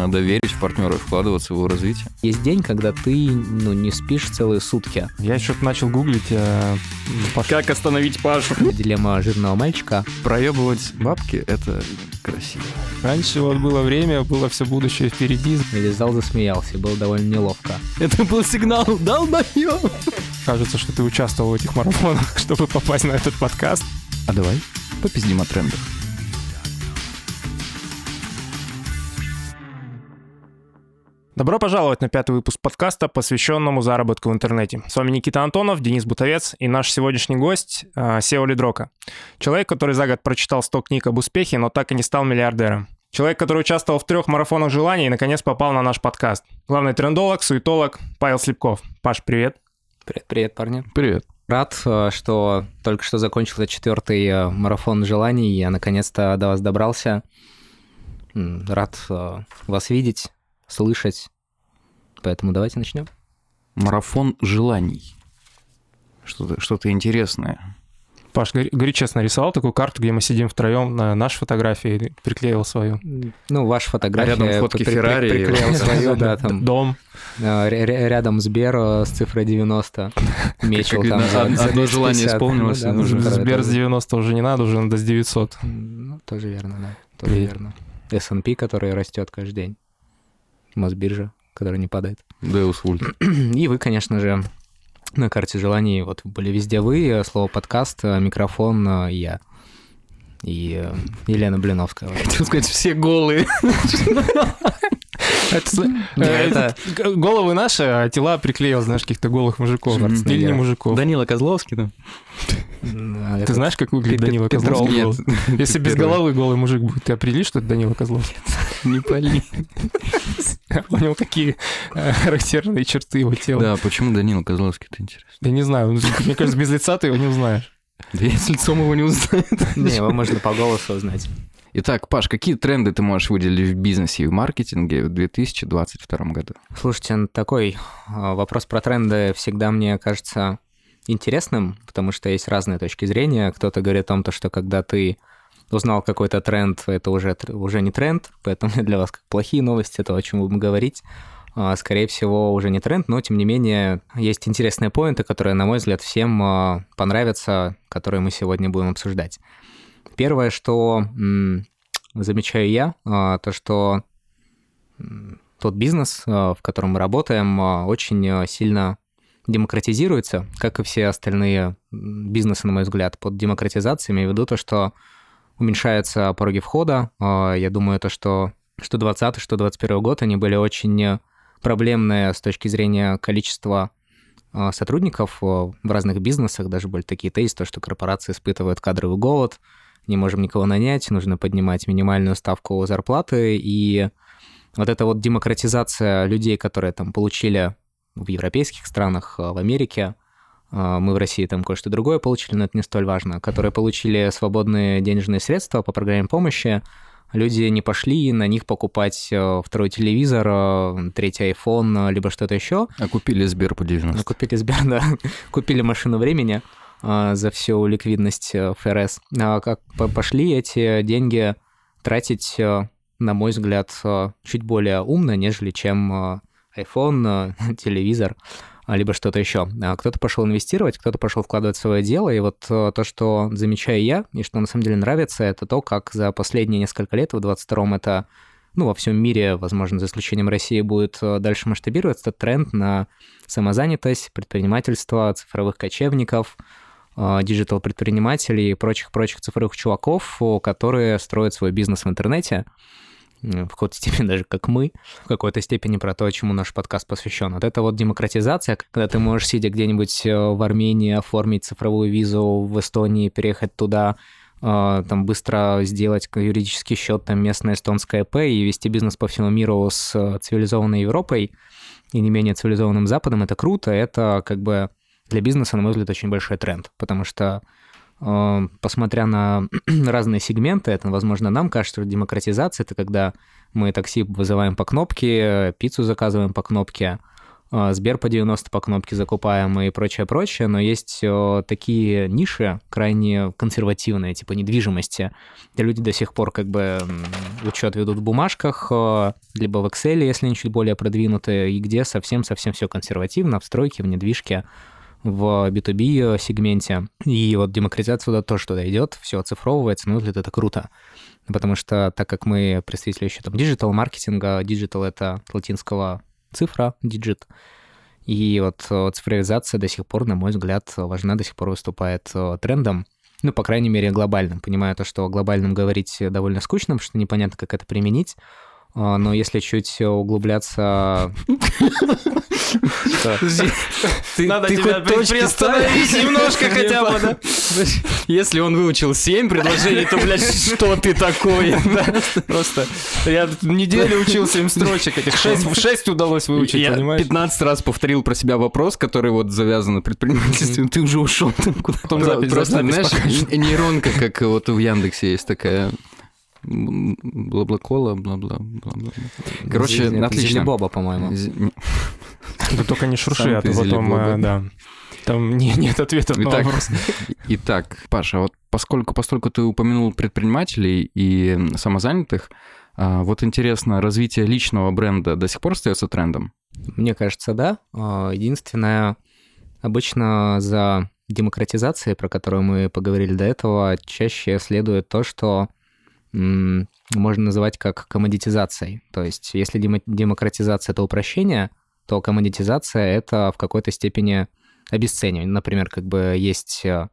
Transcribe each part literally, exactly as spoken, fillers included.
Надо верить в партнера и вкладываться в его развитие. Есть день, когда ты ну, не спишь целые сутки. Я что-то начал гуглить. Э, Пашу. Как остановить Пашу? Дилемма жирного мальчика. Проебывать бабки — это красиво. Раньше вот было время, было все будущее впереди. Весь зал засмеялся, было довольно неловко. Это был сигнал «долбоёб». Кажется, что ты участвовал в этих марафонах, чтобы попасть на этот подкаст. А давай попиздим о трендах. Добро пожаловать на пятый выпуск подкаста, посвященному заработку в интернете. С вами Никита Антонов, Денис Бутовец и наш сегодняшний гость Сео Лидрока. Человек, который за год прочитал сто книг об успехе, но так и не стал миллиардером. Человек, который участвовал в трех марафонах желаний и наконец попал на наш подкаст. Главный трендолог, суетолог Павел Слепков. Паш, привет. Привет, привет, парни. Привет. Рад, что только что закончился четвертый марафон желаний, я наконец-то до вас добрался. Рад вас видеть, слышать. Поэтому давайте начнем. Марафон желаний. Что-то, что-то интересное. Паш, говори, говори честно, рисовал такую карту, где мы сидим втроем на нашей фотографии, приклеил свою? Ну, ваша фотография. А рядом фотки при, Феррари. При, приклеил свою, да, там. Дом. Рядом Сбер с цифрой девяносто. Мечел там. Одно желание исполнилось. Сбер с девяносто уже не надо, уже надо с девятьсот. Ну, тоже верно, да. Тоже верно. эс энд пи, который растет каждый день. Мосбиржа, которая не падает. Деус Вульт. И вы, конечно же, на карте желаний, вот были везде вы, слово подкаст, микрофон, я. И Елена Блиновская. Хотел сказать, все голые. Это головы наши, а тела приклеил, знаешь, каких-то голых мужиков. Или не мужиков. Данила Козловский, да? Ты знаешь, как выглядит Данила Козловский? Если без головы голый мужик будет, ты определишь, что это Данила Козловский? Не пали. У него какие характерные черты его тела. Да, почему Данила Козловский, это интересно? Я не знаю, мне кажется, без лица ты его не узнаешь. Да я с лицом его не узнаю. Не, его можно по голосу узнать. Итак, Паш, какие тренды ты можешь выделить в бизнесе и в маркетинге в две тысячи двадцать втором году? Слушайте, такой вопрос про тренды всегда мне кажется интересным, потому что есть разные точки зрения. Кто-то говорит о том, что когда ты узнал какой-то тренд, это уже, уже не тренд, поэтому для вас как плохие новости, то, о чем будем говорить, скорее всего, уже не тренд, но, тем не менее, есть интересные поинты, которые, на мой взгляд, всем понравятся, которые мы сегодня будем обсуждать. Первое, что м, замечаю я, то, что тот бизнес, в котором мы работаем, очень сильно демократизируется, как и все остальные бизнесы, на мой взгляд. Под демократизацией имею в виду то, что уменьшаются пороги входа. Я думаю, то, что что двадцатый, что двадцать первый год, они были очень проблемные с точки зрения количества сотрудников в разных бизнесах. Даже были такие тезисы, то, что корпорации испытывают кадровый голод, не можем никого нанять, нужно поднимать минимальную ставку зарплаты. И вот эта вот демократизация людей, которые там получили в европейских странах, в Америке, мы в России там кое-что другое получили, но это не столь важно, которые получили свободные денежные средства по программе помощи, люди не пошли на них покупать второй телевизор, третий iPhone, либо что-то еще. А купили Сбер по девяносто. Купили Сбер, да. Купили машину времени за всю ликвидность эф эр эс. А как пошли эти деньги тратить, на мой взгляд, чуть более умно, нежели чем iPhone, телевизор, либо что-то еще. Кто-то пошел инвестировать, кто-то пошел вкладывать в свое дело, и вот то, что замечаю я, и что на самом деле нравится, это то, как за последние несколько лет, в двадцать втором это, ну, во всем мире, возможно, за исключением России, будет дальше масштабироваться этот тренд на самозанятость, предпринимательство, цифровых кочевников, диджитал-предпринимателей и прочих-прочих цифровых чуваков, которые строят свой бизнес в интернете, в какой-то степени даже как мы, в какой-то степени про то, чему наш подкаст посвящен. Вот это вот демократизация, когда ты можешь, сидя где-нибудь в Армении, оформить цифровую визу, в Эстонии переехать туда, там быстро сделать юридический счет, там местное эстонское ИП и вести бизнес по всему миру с цивилизованной Европой и не менее цивилизованным Западом, это круто, это как бы для бизнеса, на мой взгляд, очень большой тренд, потому что посмотря на разные сегменты, это, возможно, нам кажется, что демократизация — это когда мы такси вызываем по кнопке, пиццу заказываем по кнопке, Сбер по девяносто по кнопке закупаем и прочее-прочее, но есть такие ниши крайне консервативные, типа недвижимости, где люди до сих пор как бы учет ведут в бумажках, либо в Excel, если они чуть более продвинутые, и где совсем-совсем все консервативно, в стройке, в недвижке, в би ту би сегменте. И вот демократизация туда тоже туда идет, все оцифровывается, ну, выглядит это круто. Потому что так как мы представители еще там диджитал-маркетинга, диджитал — это от латинского цифра, digit, и вот цифровизация до сих пор, на мой взгляд, важна, до сих пор выступает трендом, ну, по крайней мере, глобальным. Понимаю то, что о глобальном говорить довольно скучно, потому что непонятно, как это применить, но если чуть углубляться... Надо тебя приостановить немножко хотя бы, да? Если он выучил семь предложений, то, блядь, что ты такое? Просто я неделю учил семь строчек, этих шесть удалось выучить, понимаешь? Я пятнадцать раз повторил про себя вопрос, который вот завязан на предпринимательстве, ты уже ушел. Потом запись, Просто, запись знаешь, покажешь. нейронка, как вот в Яндексе есть такая... Бла-бла-кола, бла-бла-бла. Короче, Это отлично. Боба, по-моему. Да только не шурши, Сам а ты то потом, зелебоба. а, да. Там не- нет ответа на Итак, вопрос. итак, Паша, вот поскольку, поскольку ты упомянул предпринимателей и самозанятых, а, вот интересно, развитие личного бренда до сих пор остается трендом? Мне кажется, да. Единственное, обычно за демократизацией, про которую мы поговорили до этого, чаще следует то, что м, можно называть как коммодитизацией. То есть если демо- демократизация — это упрощение, то коммодитизация — это в какой-то степени обесценивание. Например, как бы есть э,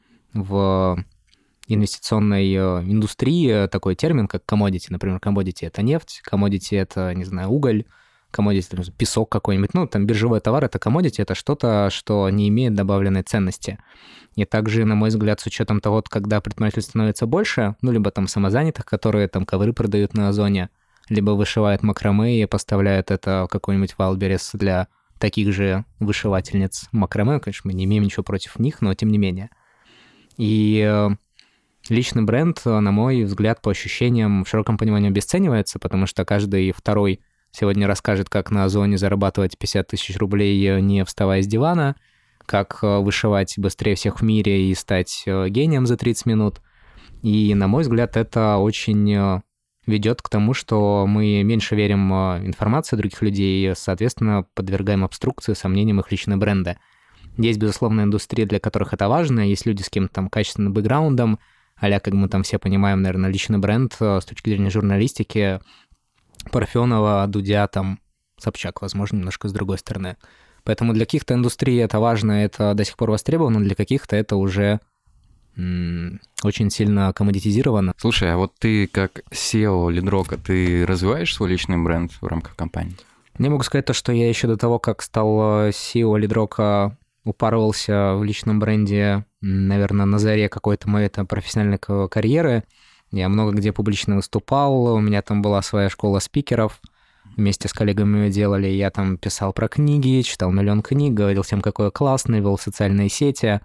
в инвестиционной э, индустрии такой термин, как commodity. Например, commodity — это нефть, commodity — это, не знаю, уголь, commodity — это песок какой-нибудь. Ну, там биржевой товар — это commodity, это что-то, что не имеет добавленной ценности. И также, на мой взгляд, с учетом того, когда предпринимателей становится больше, ну, либо там самозанятых, которые там ковры продают на Озоне, либо вышивают макраме и поставляют это в какой-нибудь Вайлдберрис для таких же вышивательниц макраме. Конечно, мы не имеем ничего против них, но тем не менее. И э, личный бренд, на мой взгляд, по ощущениям, в широком понимании обесценивается, потому что каждый второй сегодня расскажет, как на Озоне зарабатывать пятьдесят тысяч рублей, не вставая с дивана, как вышивать быстрее всех в мире и стать гением за тридцать минут. И, на мой взгляд, это очень ведет к тому, что мы меньше верим информации других людей и, соответственно, подвергаем обструкции, сомнениям их личного бренда. Есть, безусловно, индустрии, для которых это важно, есть люди с каким-то там качественным бэкграундом, а-ля, как мы там все понимаем, наверное, личный бренд с точки зрения журналистики, Парфенова, Дудя, там, Собчак, возможно, немножко с другой стороны. Поэтому для каких-то индустрий это важно, это до сих пор востребовано, для каких-то это уже м- очень сильно коммодитизировано. Слушай, а вот ты как си и о Лидрока, ты развиваешь свой личный бренд в рамках компании? Я могу сказать то, что я еще до того, как стал си и о Лидрока, упарывался в личном бренде, наверное, на заре какой-то моей там профессиональной карьеры. Я много где публично выступал, у меня там была своя школа спикеров, вместе с коллегами мы делали, я там писал про книги, читал миллион книг, говорил всем, какой я классный, вел социальные сети,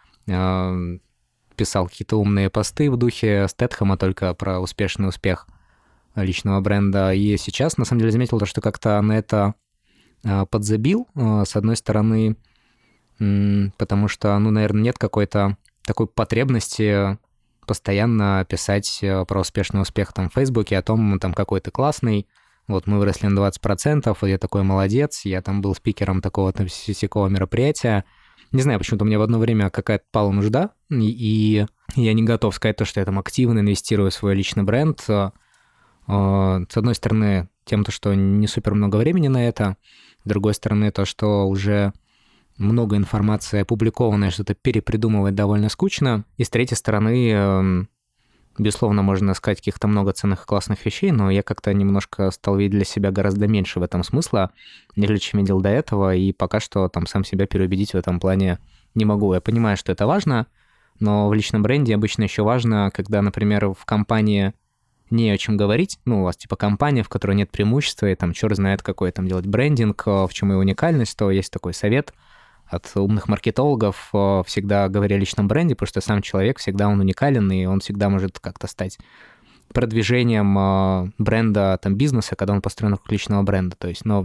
писал какие-то умные посты в духе Стэтхэма только про успешный успех личного бренда. И сейчас, на самом деле, заметил то, что как-то на это подзабил, с одной стороны, потому что, ну, наверное, нет какой-то такой потребности постоянно писать про успешный успех там в Фейсбуке, о том, там, какой ты классный, вот мы выросли на двадцать процентов, я такой молодец, я там был спикером такого-то сякого мероприятия. Не знаю, почему-то у меня в одно время какая-то пала нужда, и я не готов сказать то, что я там активно инвестирую в свой личный бренд. С одной стороны, тем, что не супер много времени на это, с другой стороны, то, что уже много информации опубликованной, что-то перепридумывать довольно скучно, и с третьей стороны, безусловно, можно сказать каких-то много ценных и классных вещей, но я как-то немножко стал видеть для себя гораздо меньше в этом смысла, нежели чем видел до этого, и пока что там сам себя переубедить в этом плане не могу. Я понимаю, что это важно, но в личном бренде обычно еще важно, когда, например, в компании не о чем говорить, ну, у вас типа компания, в которой нет преимущества, и там черт знает какой там делать брендинг, в чем ее уникальность, то есть такой совет от умных маркетологов: всегда говори о личном бренде, потому что сам человек всегда он уникален, и он всегда может как-то стать продвижением бренда, там, бизнеса, когда он построен вокруг личного бренда. То есть, но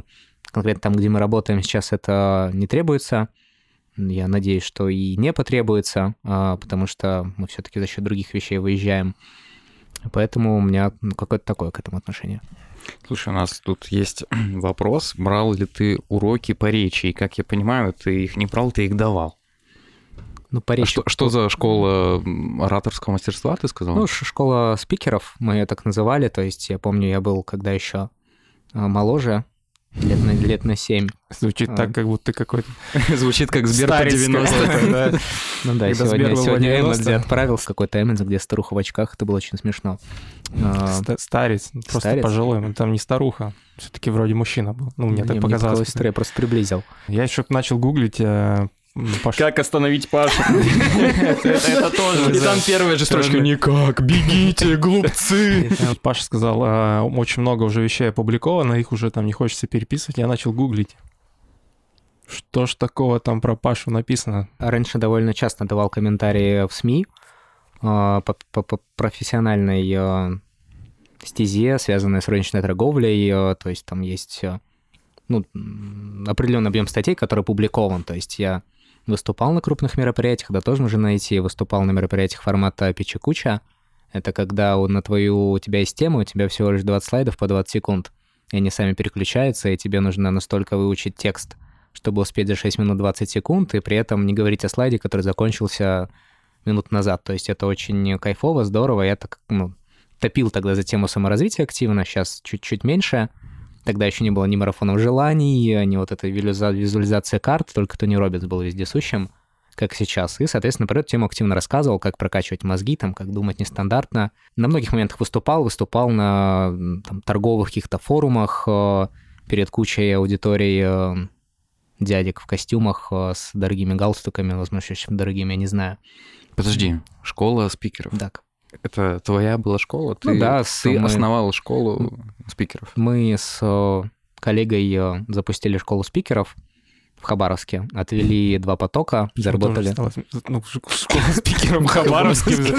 конкретно там, где мы работаем сейчас, это не требуется. Я надеюсь, что и не потребуется, потому что мы все-таки за счет других вещей выезжаем. Поэтому у меня ну, какое-то такое к этому отношение. Слушай, у нас тут есть вопрос. Брал ли ты уроки по речи? И, как я понимаю, ты их не брал, ты их давал. Ну, по речи... А что, что за школа ораторского мастерства, ты сказал? Ну, школа спикеров, мы ее так называли. То есть я помню, я был когда еще моложе, лет на, лет на семь. Звучит а. так, как будто ты какой-то... Звучит как Сбер по девяностым. Да. Ну да, сегодня, сегодня Эммози отправил какой-то Эммози, где старуха в очках, это было очень смешно. Старец, просто Старец? Пожилой, там не старуха, все-таки вроде мужчина был. Ну, мне так показалось. Я просто приблизил. Я еще начал гуглить... Паша. Как остановить Пашу? Это тоже. И там первая же строчка «Никак, бегите, глупцы». Паша сказал, очень много уже вещей опубликовано, их уже там не хочется переписывать. Я начал гуглить. Что ж такого там про Пашу написано? Раньше довольно часто давал комментарии в СМИ по профессиональной стезе, связанной с розничной торговлей. То есть там есть ну, определенный объем статей, который опубликован. То есть я выступал на крупных мероприятиях, да тоже можно найти, выступал на мероприятиях формата пичи-куча. Это когда на твою, у тебя есть тема, у тебя всего лишь двадцать слайдов по двадцать секунд, и они сами переключаются, и тебе нужно настолько выучить текст, чтобы успеть за шесть минут двадцать секунд, и при этом не говорить о слайде, который закончился минут назад. То есть это очень кайфово, здорово. Я так, ну, топил тогда за тему саморазвития активно, сейчас чуть-чуть меньше. Тогда еще не было ни марафонов желаний, ни вот этой визуализации карт, только Тони Роббинс был вездесущим, как сейчас. И, соответственно, про эту тему активно рассказывал, как прокачивать мозги, там, как думать нестандартно. На многих моментах выступал, выступал на там, торговых каких-то форумах перед кучей аудиторий дядек в костюмах с дорогими галстуками, возможно, очень дорогими, я не знаю. Подожди, школа спикеров. Так. Это твоя была школа? Ты, ну, да, ты мы... основал школу спикеров? Мы с коллегой запустили школу спикеров в Хабаровске, отвели два потока, почему заработали... Стало... Ну, школа спикеров в Хабаровске.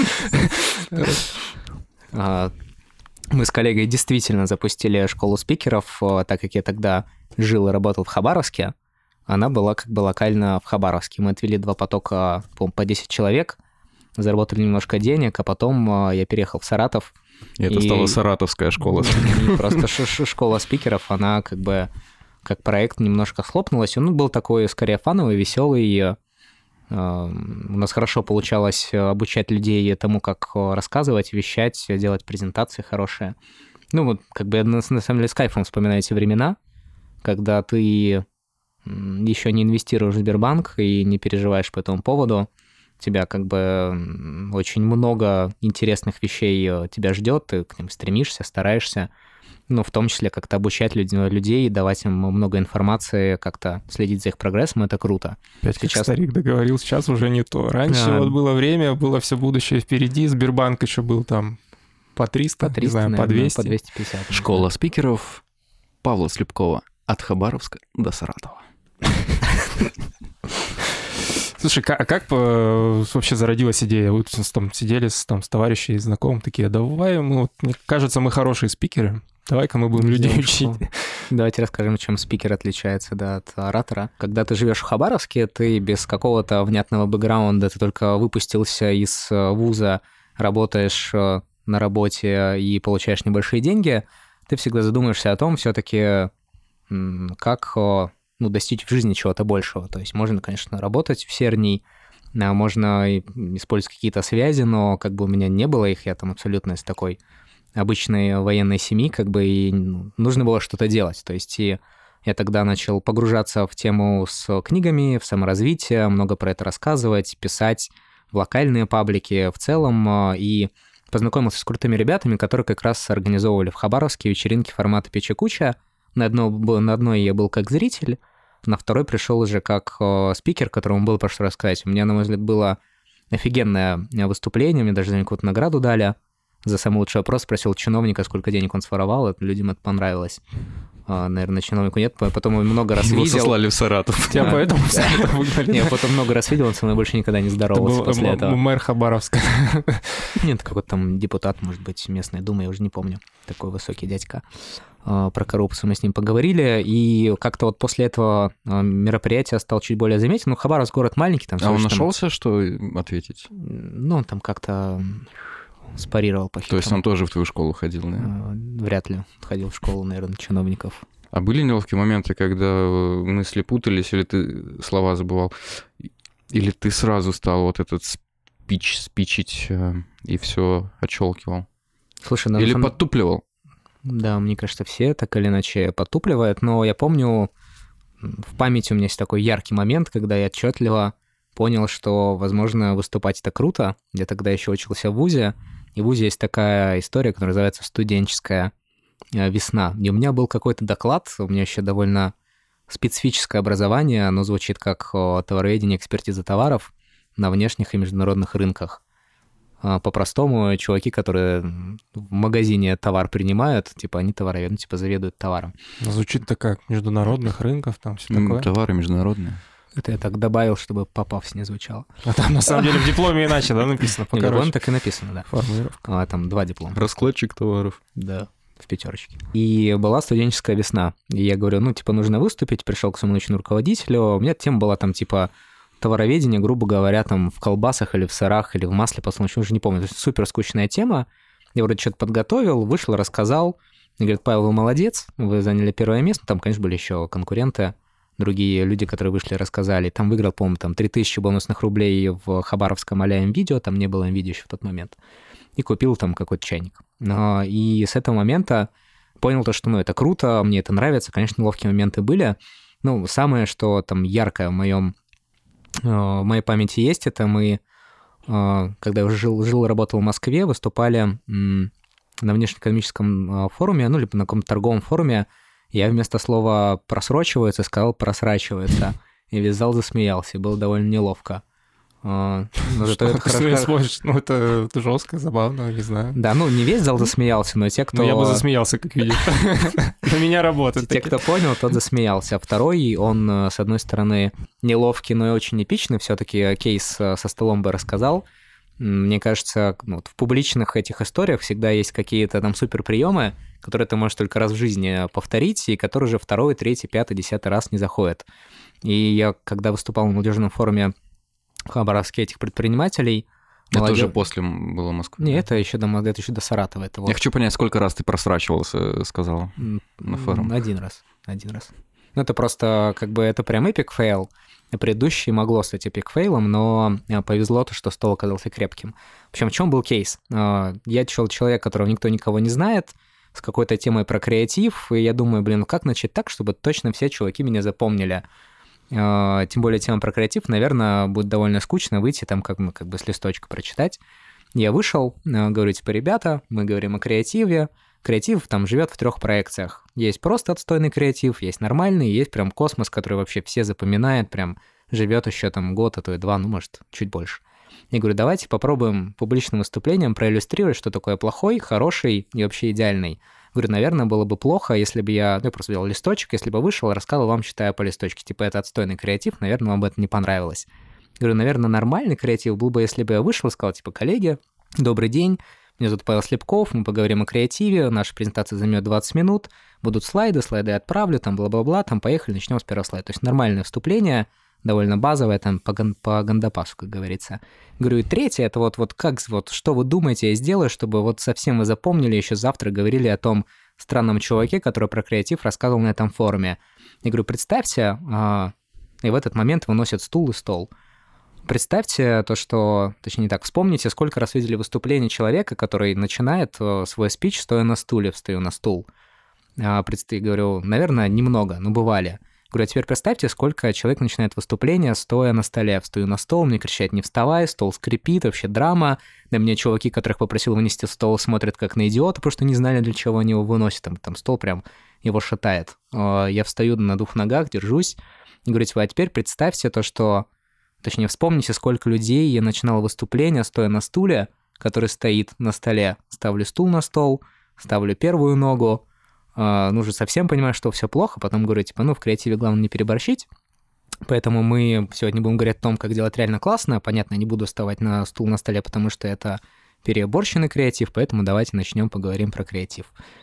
Мы с коллегой действительно запустили школу спикеров, так как я тогда жил и работал в Хабаровске. Она была как бы локально в Хабаровске. Мы отвели два потока, по-моему, по десять человек, заработали немножко денег, а потом я переехал в Саратов. И это и... стала саратовская школа. И просто школа спикеров, она как бы как проект немножко схлопнулась. Он был такой скорее фановый, веселый. У нас хорошо получалось обучать людей тому, как рассказывать, вещать, делать презентации хорошие. Ну вот как бы я на самом деле с кайфом вспоминаю эти времена, когда ты еще не инвестируешь в Сбербанк и не переживаешь по этому поводу. У тебя как бы очень много интересных вещей тебя ждет, ты к ним стремишься, стараешься. Ну, в том числе как-то обучать людей, давать им много информации, как-то следить за их прогрессом, это круто. Опять сейчас... как старик договорил, сейчас уже не то. Раньше а... вот было время, было все будущее впереди, Сбербанк еще был там по триста, по триста, не знаю, наверное, по двести. По двести пятьдесят. Школа спикеров Павла Слепкова от Хабаровска до Саратова. Слушай, а как вообще зародилась идея? Вы там сидели с, там, с товарищами, знакомыми, такие, давай, мы, вот, мне кажется, мы хорошие спикеры, давай-ка мы будем людей учить. Давайте расскажем, чем спикер отличается да, от оратора. Когда ты живешь в Хабаровске, ты без какого-то внятного бэкграунда, ты только выпустился из вуза, работаешь на работе и получаешь небольшие деньги, ты всегда задумаешься о том все-таки, как... ну, достичь в жизни чего-то большего. То есть можно, конечно, работать в Серней, можно использовать какие-то связи, но как бы у меня не было их, я там абсолютно из такой обычной военной семьи, как бы и нужно было что-то делать. То есть и я тогда начал погружаться в тему с книгами, в саморазвитие, много про это рассказывать, писать в локальные паблики в целом, и познакомился с крутыми ребятами, которые как раз организовывали в Хабаровске вечеринки формата пичи-куча. На, одно, на одной я был как зритель, на второй пришел уже как э, спикер, которому было про что рассказать. У меня, на мой взгляд, было офигенное выступление, мне даже за какую-то награду дали. За самый лучший вопрос спросил чиновника, сколько денег он своровал, это, людям это понравилось. наверное, чиновнику нет, потом его много раз Его видел. сослали в Саратов. Тебя поэтому в Саратов выгнали? Я потом много раз видел, он со мной больше никогда не здоровался после этого. Мэр Хабаровска. Нет, какой-то там депутат, может быть, местной думы, я уже не помню. Такой высокий дядька. Про коррупцию мы с ним поговорили, и как-то вот после этого мероприятия стал чуть более заметен. Ну, Хабаровск город маленький. Там а он там... нашелся, что ответить? Ну, он там как-то спарировал по-хитрому. То есть он тоже в твою школу ходил, да? Вряд ли. Ходил в школу, наверное, чиновников. А были неловкие моменты, когда мысли путались, или ты слова забывал, или ты сразу стал вот этот спич спичить и все отщелкивал? Слушай, или самом... подтупливал? Да, мне кажется, все так или иначе подтупливают, но я помню, в памяти у меня есть такой яркий момент, когда я отчетливо понял, что, возможно, выступать это круто. Я тогда еще учился в вузе, и в вузе есть такая история, которая называется «Студенческая весна». И у меня был какой-то доклад, у меня еще довольно специфическое образование, оно звучит как товароведение, экспертиза товаров на внешних и международных рынках. По-простому, чуваки, которые в магазине товар принимают, типа они товароведы, ну, типа заведуют товаром. Звучит-то как международных рынков, там все такое. Товары международные. Это я так добавил, чтобы попав не звучало. А там на самом деле в дипломе иначе, да, написано? В дипломе так и написано, да. Формулировка. А, там два диплома. Раскладчик товаров. Да, в пятерочке. И была студенческая весна. И я говорю, ну, типа, нужно выступить. Пришел к своему научному руководителю. У меня тема была там, типа, товароведение, грубо говоря, там в колбасах или в сырах, или в масле подсолнечном, уже не помню. То есть супер скучная тема. Я вроде что-то подготовил, вышел, рассказал. И говорит, Павел, вы молодец, вы заняли первое место. Там, конечно, были еще конкуренты, другие люди, которые вышли, рассказали. Там выиграл, по-моему, там три тысячи бонусных рублей в хабаровском а-ля МВидео, там не было МВидео еще в тот момент. И купил там какой-то чайник. И с этого момента понял то, что, ну, это круто, мне это нравится. Конечно, ловкие моменты были. Ну, самое, что там яркое в моем в моей памяти есть, это мы, когда я уже жил, жил работал в Москве, выступали на внешнеэкономическом форуме, ну, либо на каком-то торговом форуме, я вместо слова «просрочивается» сказал «просрачивается», и весь зал засмеялся, и было довольно неловко. Но зато это хорошо. Ну, это, это жестко, забавно, не знаю. Да, ну, не весь зал засмеялся, но те, кто... Ну, я бы засмеялся, как видишь. На меня работает. Те, кто понял, тот засмеялся. А второй, он, с одной стороны, неловкий, но и очень эпичный. Все-таки кейс со столом бы рассказал. Мне кажется, ну, в публичных этих историях всегда есть какие-то там суперприемы, которые ты можешь только раз в жизни повторить, и которые уже второй, третий, пятый, десятый раз не заходят. И я, когда выступал на молодежном форуме в Хабаровске этих предпринимателей... Это молодежь... уже после было Москвы? Нет, это еще до, это еще до Саратова. Это вот... Я хочу понять, сколько раз ты просрачивался, сказал, на форум? Один раз, один раз. Ну, это просто, как бы, это прям эпик фейл. Предыдущий могло стать эпик фейлом, но повезло то, что стол оказался крепким. В общем, в чем был кейс? Я человек, которого никто никого не знает, с какой-то темой про креатив, и я думаю, блин, ну как начать так, чтобы точно все чуваки меня запомнили? Тем более тема про креатив, наверное, будет довольно скучно выйти там как, как бы с листочка прочитать. Я вышел, говорю, типа, ребята, мы говорим о креативе. Креатив там живет в трех проекциях. Есть просто отстойный креатив, есть нормальный, есть прям космос, который вообще все запоминают, прям живет еще там год, а то и два, ну, может, чуть больше. Я говорю, давайте попробуем публичным выступлением проиллюстрировать, что такое плохой, хороший и вообще идеальный. Говорю, наверное, было бы плохо, если бы я... Ну, я просто взял листочек, если бы вышел, рассказал вам, читая по листочке. Типа, это отстойный креатив, наверное, вам бы это не понравилось. Говорю, наверное, нормальный креатив был бы, если бы я вышел и сказал, типа, коллеги, добрый день, меня зовут Павел Слепков, мы поговорим о креативе, наша презентация займет двадцать минут, будут слайды, слайды я отправлю, там, бла-бла-бла, там, поехали, начнем с первого слайда. То есть нормальное вступление, довольно базовое, там, по, по гандапасу, как говорится. Говорю, и третье, это вот, вот как, вот, что вы думаете, я сделаю, чтобы вот совсем вы запомнили, еще завтра говорили о том странном чуваке, который про креатив рассказывал на этом форуме. Я говорю, представьте, а... и в этот момент выносят стул и стол. Представьте то, что, точнее не так, вспомните, сколько раз видели выступление человека, который начинает свой спич, стоя на стуле, встаю на стул. А, представь, говорю, наверное, немного, но бывали. Говорю, а теперь представьте, сколько человек начинает выступление, стоя на столе. Встаю на стол, мне кричат, не вставай, стол скрипит, вообще драма. На меня чуваки, которых попросил вынести стол, смотрят как на идиота, потому что не знали, для чего они его выносят. Там, там стол прям его шатает. Я встаю на двух ногах, держусь. И говорю, а теперь представьте то, что... Точнее, вспомните, сколько людей я начинал выступление, стоя на стуле, который стоит на столе. Ставлю стул на стол, ставлю первую ногу, э, ну, уже совсем понимаю, что все плохо, потом говорю, типа, ну, в креативе главное не переборщить, поэтому мы сегодня будем говорить о том, как делать реально классно. Понятно, не буду вставать на стул на столе, потому что это переборщенный креатив, поэтому давайте начнем поговорим про креатив.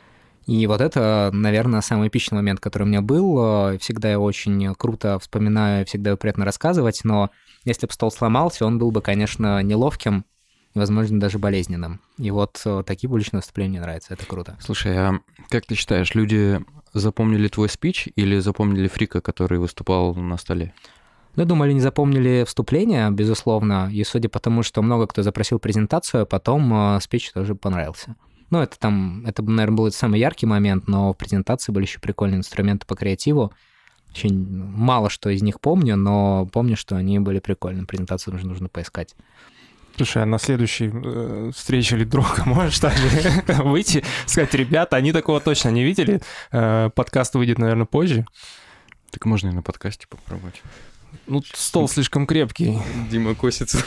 И вот это, наверное, самый эпичный момент, который у меня был. Всегда я очень круто вспоминаю, всегда его приятно рассказывать, но если бы стол сломался, он был бы, конечно, неловким, возможно, даже болезненным. И вот такие публичные выступления мне нравятся, это круто. Слушай, а как ты считаешь, люди запомнили твой спич или запомнили фрика, который выступал на столе? Ну, я думаю, они запомнили вступление, безусловно, и судя по тому, что много кто запросил презентацию, потом спич тоже понравился. Ну, это там, это, наверное, был самый яркий момент, но в презентации были еще прикольные инструменты по креативу. Очень мало что из них помню, но помню, что они были прикольные. Презентацию нужно, нужно поискать. Слушай, а на следующей э, встрече Лидрока можешь так выйти, сказать, ребята, они такого точно не видели, э, подкаст выйдет, наверное, позже. Так можно и на подкасте попробовать. Ну, стол слишком крепкий. Дима косится.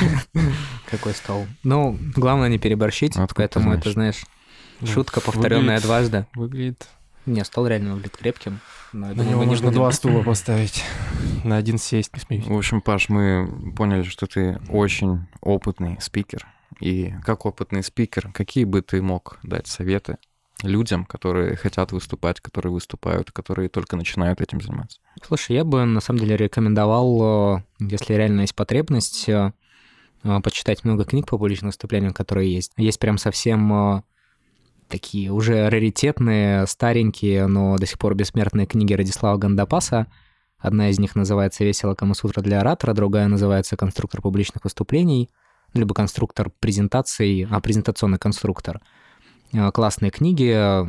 Какой стол? Ну, главное не переборщить, Откуда поэтому ты это, знаешь, Ну, шутка, повторенная выглядит- дважды. Выглядит... Не, стол реально выглядит крепким. Но я На думаю, него мы не можно будем- два стула поставить. На один сесть, не смеюсь. В общем, Паш, мы поняли, что ты очень опытный спикер. И как опытный спикер, какие бы ты мог дать советы людям, которые хотят выступать, которые выступают, которые только начинают этим заниматься? Слушай, я бы на самом деле рекомендовал, э, если реально есть потребность, э, э, почитать много книг по публичным выступлениям, которые есть. Есть прям совсем э, такие уже раритетные, старенькие, но до сих пор бессмертные книги Радислава Гандапаса. Одна из них называется «Весело Камасутра для оратора», другая называется «Конструктор публичных выступлений», либо «Конструктор презентаций», а презентационный конструктор. Э, Классные книги.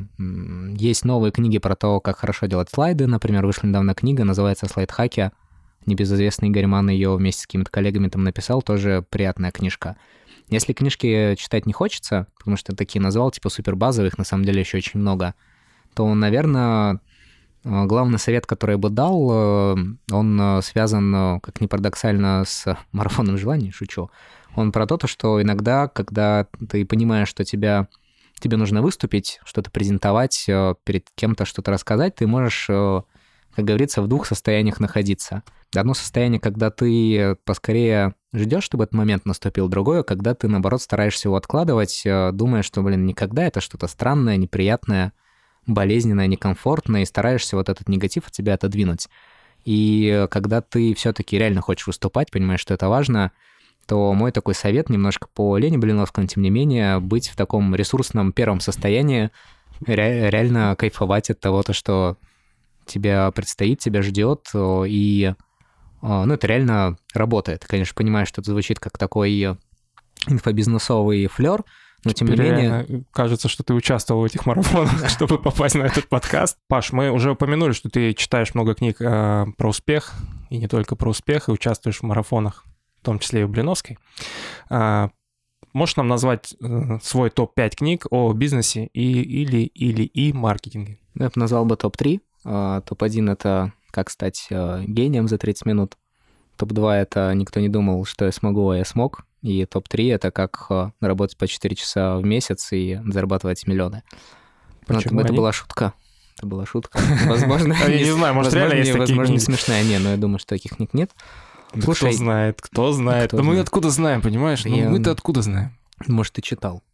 М, Есть новые книги про то, как хорошо делать слайды. Например, вышла недавно книга, называется «Слайдхаки». Небезызвестный Игорь Манн ее вместе с какими-то коллегами там написал. Тоже приятная книжка. Если книжки читать не хочется, потому что я такие назвал, типа супербазовых, на самом деле еще очень много, то, наверное, э, главный совет, который я бы дал, э, он э, связан, э, как ни парадоксально, с марафоном желаний, шучу. Он про то, то, что иногда, когда ты понимаешь, что тебя, тебе нужно выступить, что-то презентовать, э, перед кем-то что-то рассказать, ты можешь, э, как говорится, в двух состояниях находиться. Одно состояние, когда ты поскорее ждешь, чтобы этот момент наступил, другое, когда ты, наоборот, стараешься его откладывать, э, думая, что, блин, никогда это что-то странное, неприятное, болезненное, некомфортное, и стараешься вот этот негатив от тебя отодвинуть. И э, когда ты все-таки реально хочешь выступать, понимаешь, что это важно, то мой такой совет немножко по Лене Блиновской, но тем не менее, быть в таком ресурсном первом состоянии, ре- реально кайфовать от того, то, что тебя предстоит, тебя ждет, о, и о, ну, это реально работает. Конечно, понимаешь, что это звучит как такой инфобизнесовый флер, но тем не Теперь менее... реально кажется, что ты участвовал в этих марафонах, чтобы попасть на этот подкаст. Паш, мы уже упомянули, что ты читаешь много книг э, про успех, и не только про успех, и участвуешь в марафонах, в том числе и в Блиновской. А, можешь нам назвать э, свой топ пять книг о бизнесе и, или, или и маркетинге? Я бы назвал бы топ три. А, топ один — это «Как стать э, гением за тридцать минут». топ два — это «Никто не думал, что я смогу, а я смог». И топ три — это «Как э, работать по четыре часа в месяц и зарабатывать миллионы». Ну, это, Почему это они? была шутка. Это была шутка. Возможно, Я не знаю, может, реально есть такие возможно, не книги. смешная. Не, но я думаю, что таких книг нет. Да Слушай, кто знает, кто знает. кто Да мы знает. откуда знаем, понимаешь? Ну Я- мы-то откуда знаем? может, ты читал.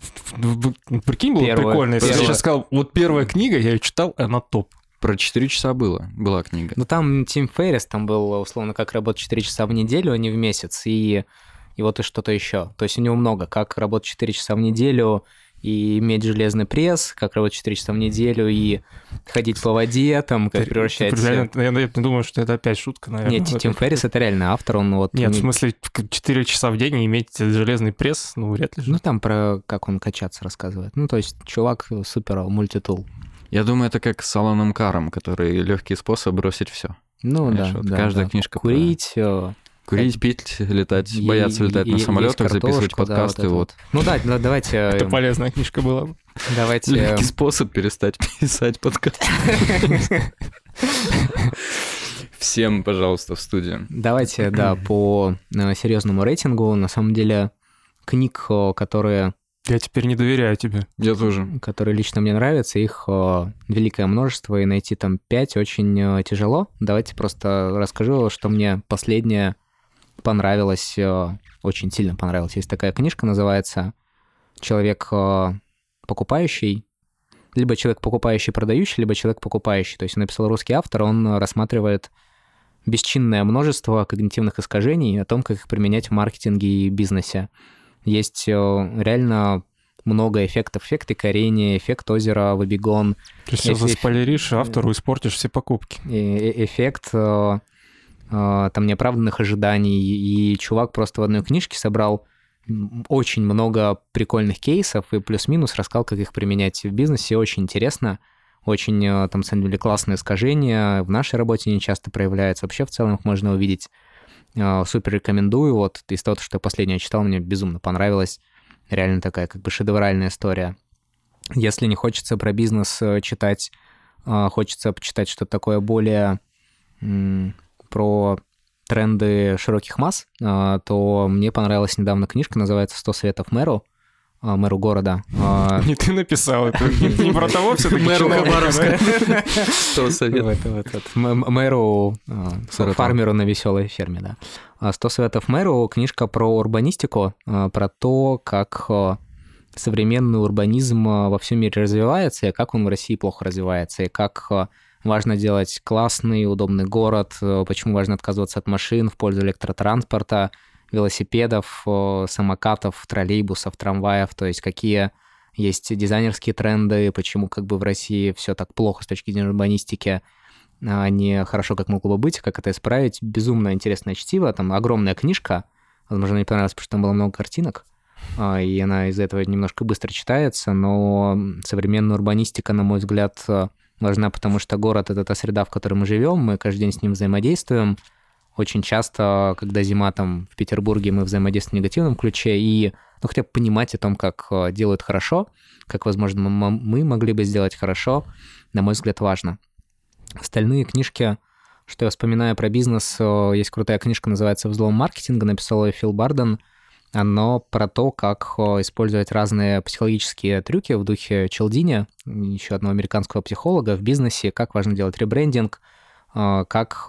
Ну, Прикинь, было Первая- прикольно, если я первая. сейчас сказал, вот первая книга, я ее читал, и она топ. Про четыре часа было, была книга. Ну, там Тим Феррис, там был, условно, как работать четыре часа в неделю, а не в месяц, и, и вот и что-то еще. То есть у него много. Как работать четыре часа в неделю и иметь железный пресс, как работать четыре часа в неделю и ходить по воде, там, как Ты- превращать... ты реально- Я я думаю, что это опять шутка, наверное. Нет, Тим Феррис — это реально автор, он вот... Нет, в не- смысле, четыре часа в день и иметь железный пресс, ну, вряд ли же. Ну, там про как он качаться рассказывает. Ну, то есть чувак супер мультитул. Я думаю, это как с Аланом Каром, который легкий способ бросить все. Ну, Знаешь, да, вот да, каждая да. книжка про- Курить, э, Курить, пить, летать, и- бояться летать и- на и- самолетах, есть записывать картошку, да, подкасты. это Вот. Ну да, да, давайте... Это э, полезная книжка была. Давайте... Легкий способ перестать писать подкасты. Всем, пожалуйста, в студию. Давайте, да, по э, серьезному рейтингу. На самом деле, книг, э, которые Я теперь не доверяю тебе. Я тоже. Которые лично мне нравятся. Их э, великое множество, и найти там пять очень э, тяжело. Давайте просто расскажу, что мне последнее понравилось, э, очень сильно понравилось. Есть такая книжка, называется «Человек э, покупающий», либо «Человек покупающий, продающий», либо «Человек покупающий». То есть написал русский автор, он рассматривает бесчинное множество когнитивных искажений о том, как их применять в маркетинге и бизнесе. Есть реально много эффектов. Эффект икорения, эффект озера Вабигон. То есть Эф... заспойлеришь автору, испортишь все покупки. Эффект там неоправданных ожиданий. И чувак просто в одной книжке собрал очень много прикольных кейсов и плюс-минус рассказал, как их применять в бизнесе. Очень интересно. Очень там, на самом деле, классные искажения. В нашей работе не часто проявляются. Вообще в целом их можно увидеть. Супер рекомендую. Вот из того, что я последнее читал, мне безумно понравилось. Реально такая как бы шедевральная история. Если не хочется про бизнес читать, хочется почитать что-то такое более м, про тренды широких масс, то мне понравилась недавно книжка, называется «сто советов мэру», мэру города. Не ты написал, это не про того все-таки мэру Хабаровска. сто советов. Мэру, фармеру на веселой ферме, да. «сто советов мэру» — книжка про урбанистику, про то, как современный урбанизм во всем мире развивается, и как он в России плохо развивается, и как важно делать классный, удобный город, почему важно отказываться от машин в пользу электротранспорта, велосипедов, самокатов, троллейбусов, трамваев, то есть какие есть дизайнерские тренды, почему как бы в России все так плохо с точки зрения урбанистики, а не хорошо, как могло бы быть, как это исправить. Безумно интересное чтиво, там огромная книжка, возможно, мне понравилось, потому что там было много картинок, и она из-за этого немножко быстро читается, но современная урбанистика, на мой взгляд, важна, потому что город — это та среда, в которой мы живем, мы каждый день с ним взаимодействуем. Очень часто, когда зима там в Петербурге, мы взаимодействуем в негативном ключе, и ну, хотя бы понимать о том, как делают хорошо, как, возможно, мы могли бы сделать хорошо, на мой взгляд, важно. Остальные книжки, что я вспоминаю про бизнес, есть крутая книжка, называется «Взлом маркетинга», написал ее Фил Барден. Оно про то, как использовать разные психологические трюки в духе Чалдини, еще одного американского психолога, в бизнесе, как важно делать ребрендинг, как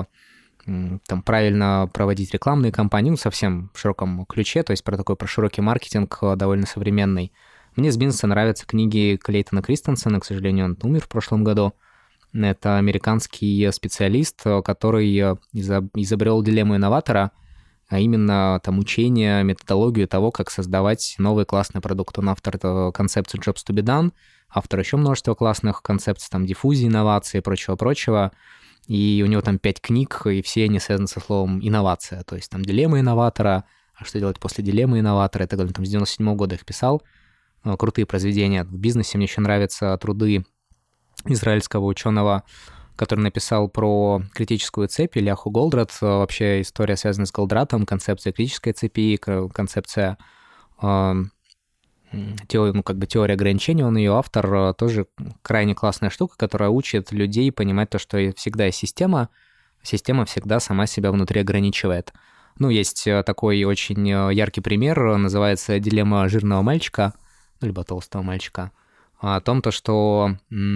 там правильно проводить рекламные кампании, ну, совсем в широком ключе, то есть про такой, про широкий маркетинг довольно современный. Мне из бизнеса нравятся книги Клейтона Кристенсена, к сожалению, он умер в прошлом году. Это американский специалист, который изобрел дилемму инноватора, а именно там учение, методологию того, как создавать новый классный продукт. Он автор концепции Jobs to be done, автор еще множества классных концепций, там, диффузии инноваций и прочего-прочего. И у него там пять книг, и все они связаны со словом «инновация». То есть там «Дилемма инноватора», а что делать после дилеммы инноватора, и так далее. Там с девяносто седьмого года их писал. Крутые произведения. В бизнесе мне еще нравятся труды израильского ученого, который написал про критическую цепь, Ильяху Голдрат. Вообще история связана с Голдратом, концепция критической цепи, концепция... Теория, ну, как бы теория ограничений, он ее автор, тоже крайне классная штука, которая учит людей понимать то, что всегда есть система, система всегда сама себя внутри ограничивает. Ну, есть такой очень яркий пример, называется «Дилемма жирного мальчика», либо толстого мальчика, о том, то, что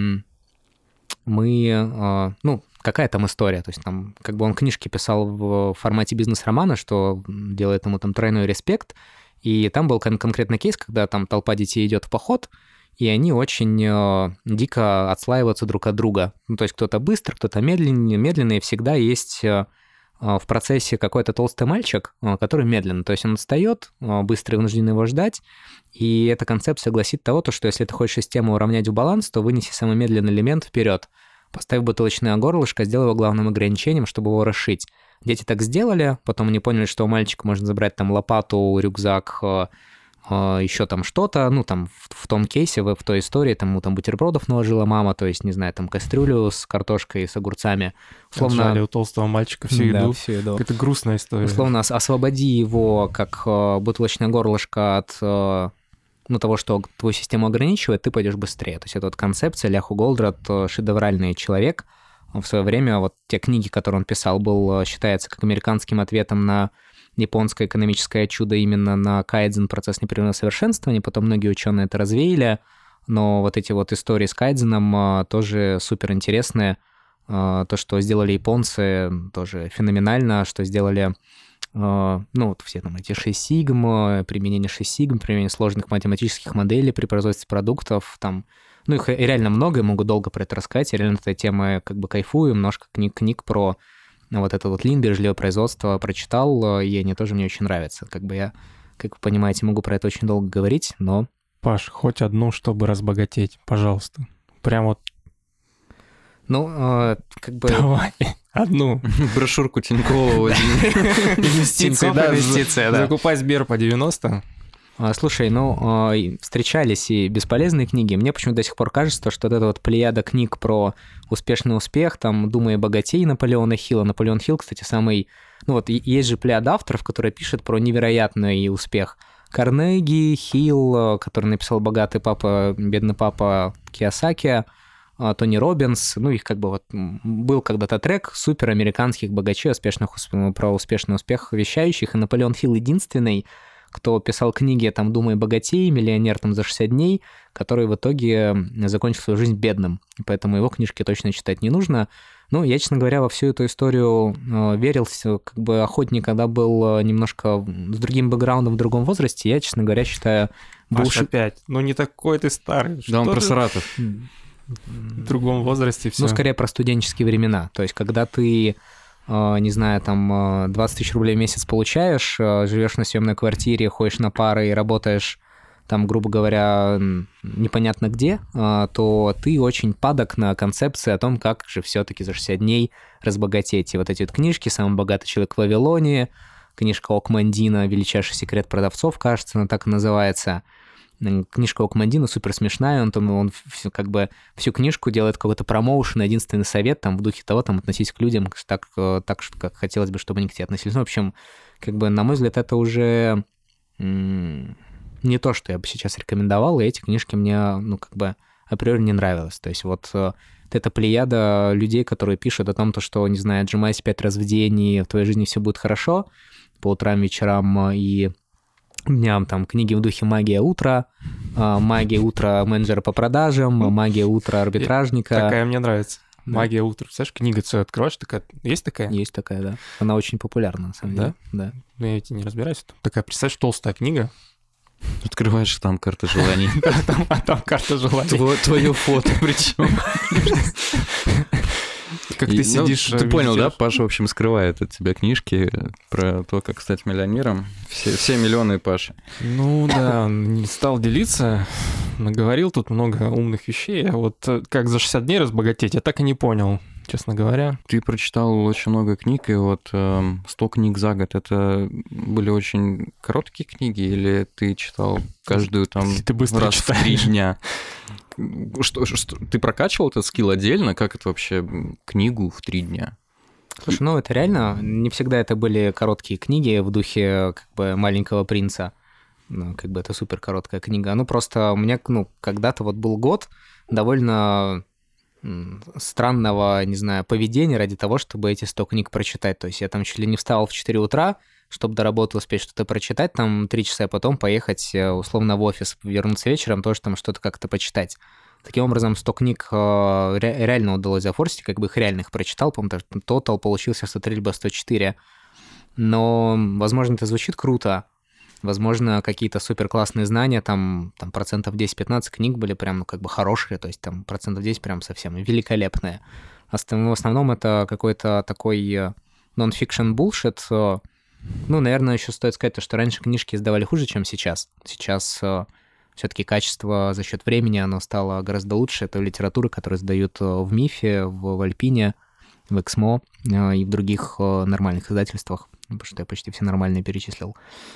мы, ну, какая там история, то есть там, как бы он книжки писал в формате бизнес-романа, что делает ему там тройной респект. И там был кон- конкретный кейс, когда там толпа детей идет в поход, и они очень э, дико отслаиваются друг от друга. Ну, то есть кто-то быстро, кто-то медленнее, медленно, и всегда есть э, в процессе какой-то толстый мальчик, э, который медленно. То есть он отстает, э, быстро и вынужден его ждать, и эта концепция гласит того, то, что если ты хочешь систему уравнять в баланс, то вынеси самый медленный элемент вперед. Поставь бутылочное горлышко, сделай его главным ограничением, чтобы его расшить. Дети так сделали, потом они поняли, что у мальчика можно забрать там лопату, рюкзак, еще там что-то, ну там в, в том кейсе, в, в той истории, там ему там бутербродов наложила мама, то есть, не знаю, там кастрюлю с картошкой, с огурцами. Условно... Отжали у толстого мальчика всю еду. Да, всю еду. Это грустная история. Условно, освободи его как бутылочное горлышко от ну, того, что твою систему ограничивает, ты пойдешь быстрее. То есть это вот концепция. Ляху Голдрат — шедевральный человек. В свое время вот те книги, которые он писал, был, считается как американским ответом на японское экономическое чудо именно на кайдзен, процесс непрерывного совершенствования, потом многие ученые это развеяли, но вот эти вот истории с кайдзеном тоже супер интересные. То, что сделали японцы, тоже феноменально, что сделали, ну, вот все там эти шесть сигм, применение шесть сигм, применение сложных математических моделей при производстве продуктов, там, ну, их реально много, я могу долго про это рассказать, я реально этой темой как бы кайфую, немножко книг, книг про вот это вот лин, бережливое производство прочитал, и они тоже мне очень нравятся. Как бы я, как вы понимаете, могу про это очень долго говорить, но... Паш, хоть одну, чтобы разбогатеть, пожалуйста. Прям вот. Ну, э, как бы... Давай, одну. Брошюрку Тинькова возьми. Инвестиции, да, инвестиция, да. Закупай Сбер по девяносто. Слушай, ну, встречались и бесполезные книги. Мне почему-то до сих пор кажется, что вот эта вот плеяда книг про успешный успех, там, «Думай богатей» Наполеона Хилла. Наполеон Хилл, кстати, самый... Ну вот, есть же плеяда авторов, которые пишут про невероятный успех. Карнеги, Хилл, который написал «Богатый папа, бедный папа», Кийосаки, Тони Роббинс, ну, их как бы вот был когда-то трек суперамериканских богачей, успешных, про успешный успех вещающих, и Наполеон Хилл единственный, кто писал книги, там, «Думай богатей», «Миллионер там за шестьдесят дней», который в итоге закончил свою жизнь бедным, поэтому его книжки точно читать не нужно. Ну, я, честно говоря, во всю эту историю э, верил, как бы охотник, когда был немножко с другим бэкграундом в другом возрасте, я, честно говоря, считаю... Паш, опять, ну не такой ты старый. Да, он про Саратов. В другом возрасте все. Ну, скорее про студенческие времена. То есть, когда ты, не знаю, там двадцать тысяч рублей в месяц получаешь, живешь на съемной квартире, ходишь на пары и работаешь там, грубо говоря, непонятно где, то ты очень падок на концепции о том, как же все-таки за шестьдесят дней разбогатеть. И вот эти вот книжки «Самый богатый человек в Вавилоне», книжка Окмандина «Величайший секрет продавцов», кажется, она так и называется. Книжка Окмандина супер смешная, он там, он всю, как бы всю книжку делает какой-то промоушен, единственный совет там в духе того, там относись к людям так, так, как хотелось бы, чтобы они к тебе относились. Ну, в общем, как бы, на мой взгляд, это уже м- не то, что я бы сейчас рекомендовал, и эти книжки мне, ну, как бы априори не нравилось. То есть вот эта плеяда людей, которые пишут о том, то, что, не знаю, отжимайся пять раз в день, и в твоей жизни все будет хорошо, по утрам, вечерам и дням, там, книги в духе «Магия утра», «Магия утра менеджера по продажам», «Магия утра арбитражника». Такая мне нравится. Да. «Магия утра». Представляешь, книга целая открываешь, такая... Есть такая? Есть такая, да. Она очень популярна, на самом деле. Да? Да. Ну, я ведь не разбираюсь. Такая, представляешь, толстая книга. Открываешь, там карта желаний. А там карта желаний. Твое фото причем. Как ты сидишь... Ты понял, да? Паша, в общем, скрывает от тебя книжки про то, как стать миллионером. Все миллионы Паши. Ну да, он не стал делиться, наговорил тут много умных вещей. А вот как за шестьдесят дней разбогатеть, я так и не понял, честно говоря. Ты прочитал очень много книг, и вот э, сто книг за год, это были очень короткие книги, или ты читал каждую там ты быстро раз читаешь. в три дня? Что, что, ты прокачивал этот скилл отдельно? Как это вообще книгу в три дня? Слушай, ну это реально, не всегда это были короткие книги в духе как бы «Маленького принца». Ну, как бы это супер короткая книга. Ну просто у меня, ну, когда-то вот был год довольно странного, не знаю, поведения ради того, чтобы эти сто книг прочитать. То есть я там чуть ли не вставал в четыре утра, чтобы до работы успеть что-то прочитать, там три часа, а потом поехать условно в офис, вернуться вечером, тоже там что-то как-то почитать. Таким образом, сто книг э, ре- реально удалось зафорсить, как бы их реальных прочитал, по-моему, тотал получился сто три либо сто четыре. Но, возможно, это звучит круто, возможно, какие-то супер классные знания, там, там процентов десять-пятнадцать книг были прям, ну, как бы хорошие, то есть там процентов десять прям совсем великолепные. В основном это какой-то такой non-fiction bullshit. Ну, наверное, еще стоит сказать, что раньше книжки издавали хуже, чем сейчас. Сейчас все-таки качество за счет времени, оно стало гораздо лучше. Это литература, которую издают в МИФе, в Альпине, в Эксмо и в других нормальных издательствах, потому что я почти все нормальные перечислил.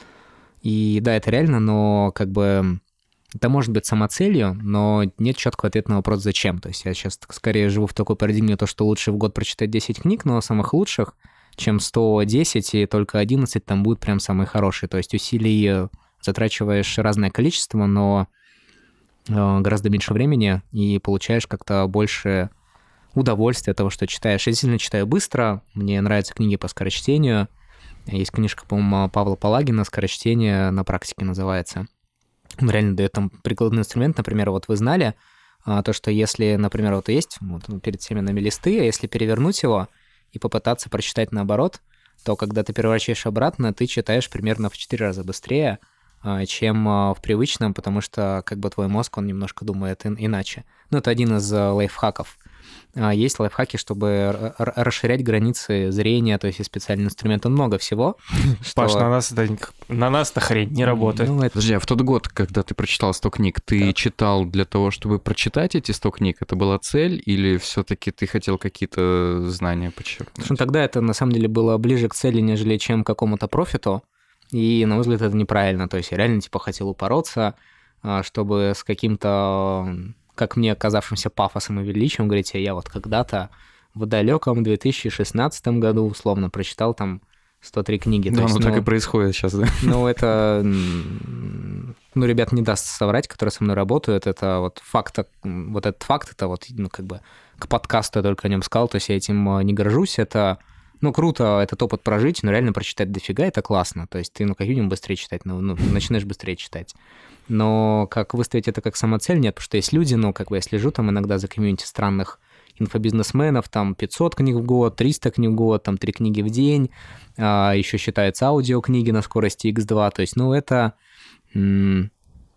И да, это реально, но как бы это может быть самоцелью, но нет четкого ответа на вопрос «зачем?». То есть я сейчас скорее живу в такой парадигме, то, что лучше в год прочитать десять книг, но самых лучших, чем сто десять, и только одиннадцать там будут прям самые хорошие. То есть усилий затрачиваешь разное количество, но гораздо меньше времени, и получаешь как-то больше удовольствия от того, что читаешь. Я сильно читаю быстро, мне нравятся книги по скорочтению, Есть книжка, по-моему, Павла Палагина «Скорочтение на практике» называется. Он реально дает там прикладной инструмент. Например, вот вы знали а, то, что если, например, вот есть вот, перед семенами листы, а если перевернуть его и попытаться прочитать наоборот, то когда ты переворачиваешь обратно, ты читаешь примерно в четыре раза быстрее, а, чем а, в привычном, потому что как бы твой мозг, он немножко думает ин- иначе. Ну, это один из а, лайфхаков. Есть лайфхаки, чтобы расширять границы зрения, то есть есть специальный инструмент, много всего. Паш, что... на нас это на нас эта хрень не работает. Ну, это... Подожди, а в тот год, когда ты прочитал сто книг, ты так. читал для того, чтобы прочитать эти сто книг? Это была цель или все-таки ты хотел какие-то знания подчеркнуть? Что тогда это на самом деле было ближе к цели, нежели чем к какому-то профиту. И, на мой взгляд, это неправильно. То есть я реально типа хотел упороться, чтобы с каким-то, как мне казавшимся пафосом и величием говорить, я вот когда-то в далеком две тысячи шестнадцатом году условно прочитал там сто три книги. Да, То есть, ну ну так и происходит сейчас, да? Ну, это... Ну, ребят не даст соврать, которые со мной работают. Это вот факт, вот этот факт, это вот, ну, как бы к подкасту я только о нем сказал, то есть я этим не горжусь. Это, ну, круто этот опыт прожить, но реально прочитать дофига, это классно. То есть ты, ну, как минимум, быстрее читать, ну, ну начинаешь быстрее читать. Но как выставить это как самоцель, нет, потому что есть люди, ну, как бы я слежу там иногда за комьюнити странных инфобизнесменов, там пятьсот книг в год, триста книг в год, там три книги в день, а, еще считаются аудиокниги на скорости икс два, то есть, ну, это, м-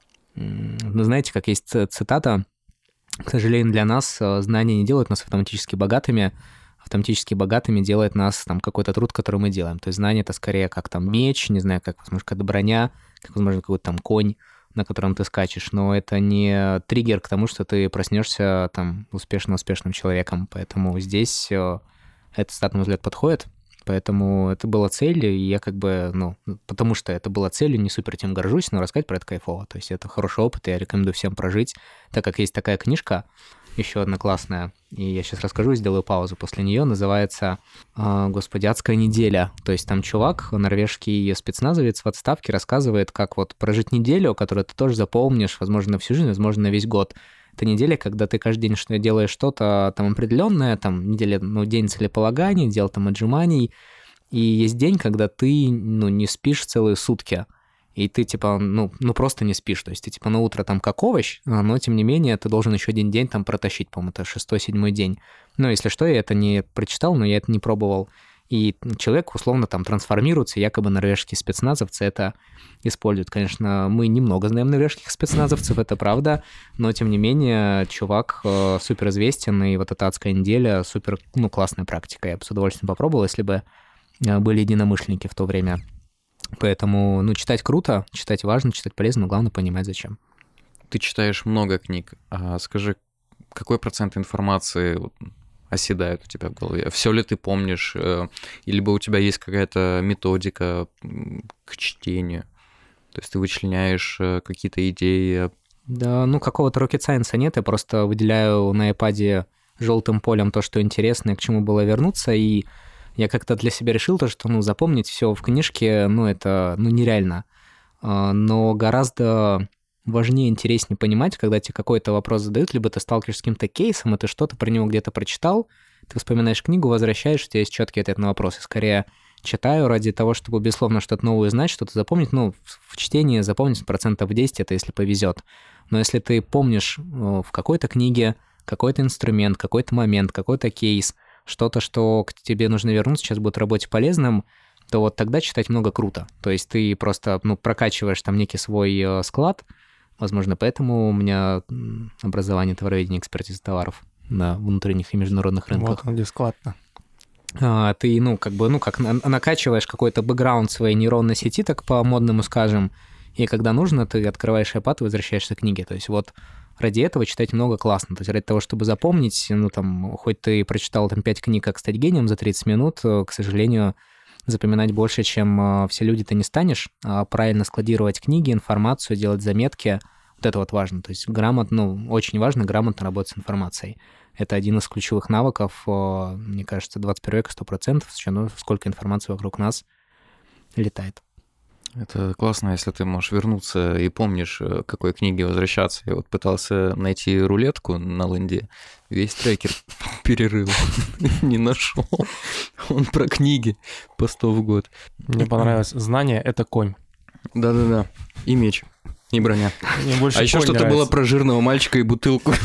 м- ну, знаете, как есть цитата, к сожалению, для нас знания не делают нас автоматически богатыми, автоматически богатыми делает нас там какой-то труд, который мы делаем, то есть знание это скорее как там меч, не знаю, как, возможно, какая-то броня, как, возможно, какой-то там конь, на котором ты скачешь, но это не триггер к тому, что ты проснешься там успешно-успешным человеком, поэтому здесь этот стат, на мой взгляд, подходит, поэтому это была цель, и я как бы, ну, потому что это была целью, не супер тем горжусь, но рассказать про это кайфово, то есть это хороший опыт, и я рекомендую всем прожить, так как есть такая книжка, еще одна классная, и я сейчас расскажу, сделаю паузу после нее, называется, господи, «Адская неделя». То есть там чувак, норвежский спецназовец в отставке, рассказывает, как вот прожить неделю, которую ты тоже запомнишь, возможно, на всю жизнь, возможно, на весь год. Это неделя, когда ты каждый день что делаешь что-то там определенное, там неделя, ну, день целеполагания, дел там отжиманий, и есть день, когда ты, ну, не спишь целые сутки, и ты, типа, ну, ну, просто не спишь. То есть ты, типа, на утро там как овощ, но, тем не менее, ты должен еще один день там протащить, по-моему, это шестой-седьмой день. Ну, если что, я это не прочитал, но я это не пробовал. И человек, условно, там трансформируется, якобы норвежские спецназовцы это используют. Конечно, мы немного знаем норвежских спецназовцев, это правда, но, тем не менее, чувак э, суперизвестен, и вот эта «Адская неделя» супер, ну, классная практика. Я бы с удовольствием попробовал, если бы были единомышленники в то время. Поэтому, ну, читать круто, читать важно, читать полезно, но главное понимать, зачем. Ты читаешь много книг. А скажи, какой процент информации оседает у тебя в голове? Все ли ты помнишь? Или бы у тебя есть какая-то методика к чтению? То есть ты вычленяешь какие-то идеи? Да, ну, какого-то rocket science нет. Я просто выделяю на iPad желтым полем то, что интересно и к чему было вернуться, и я как-то для себя решил то, что, ну, запомнить все в книжке, ну, это, ну, нереально. Но гораздо важнее, интереснее понимать, когда тебе какой-то вопрос задают, либо ты сталкиваешься с каким-то кейсом, и ты что-то про него где-то прочитал, ты вспоминаешь книгу, возвращаешь, у тебя есть четкий ответ на вопрос. И скорее читаю ради того, чтобы, безусловно, что-то новое узнать, что-то запомнить. Ну, в чтении запомнить процентов десять, это если повезет. Но если ты помнишь в какой-то книге какой-то инструмент, какой-то момент, какой-то кейс, что-то, что к тебе нужно вернуться, сейчас будет в работе полезным, то вот тогда читать много круто. То есть ты просто, ну, прокачиваешь там некий свой склад. Возможно, поэтому у меня образование товароведения, экспертиза товаров на внутренних и международных рынках. Вот он где склад-то. А, ты, ну, как бы, ну, как накачиваешь какой-то бэкграунд своей нейронной сети, так по-модному скажем, и когда нужно, ты открываешь iPad и возвращаешься к книге. То есть вот ради этого читать много классно. То есть ради того, чтобы запомнить, ну, там, хоть ты прочитал там пять книг «Как стать гением» за тридцать минут, к сожалению, запоминать больше, чем все люди ты не станешь. А правильно складировать книги, информацию, делать заметки, вот это вот важно. То есть грамотно, ну, очень важно грамотно работать с информацией. Это один из ключевых навыков, мне кажется, двадцать первого века сто процентов, сколько информации вокруг нас летает. Это классно, если ты можешь вернуться и помнишь, к какой книге возвращаться. Я вот пытался найти рулетку на ленде, весь трекер перерыл, не нашел. Он про книги по сто в год. Мне понравилось. Знание — это конь. Да-да-да. И меч. И броня. Мне больше А еще конь что-то нравится. было про жирного мальчика и бутылку.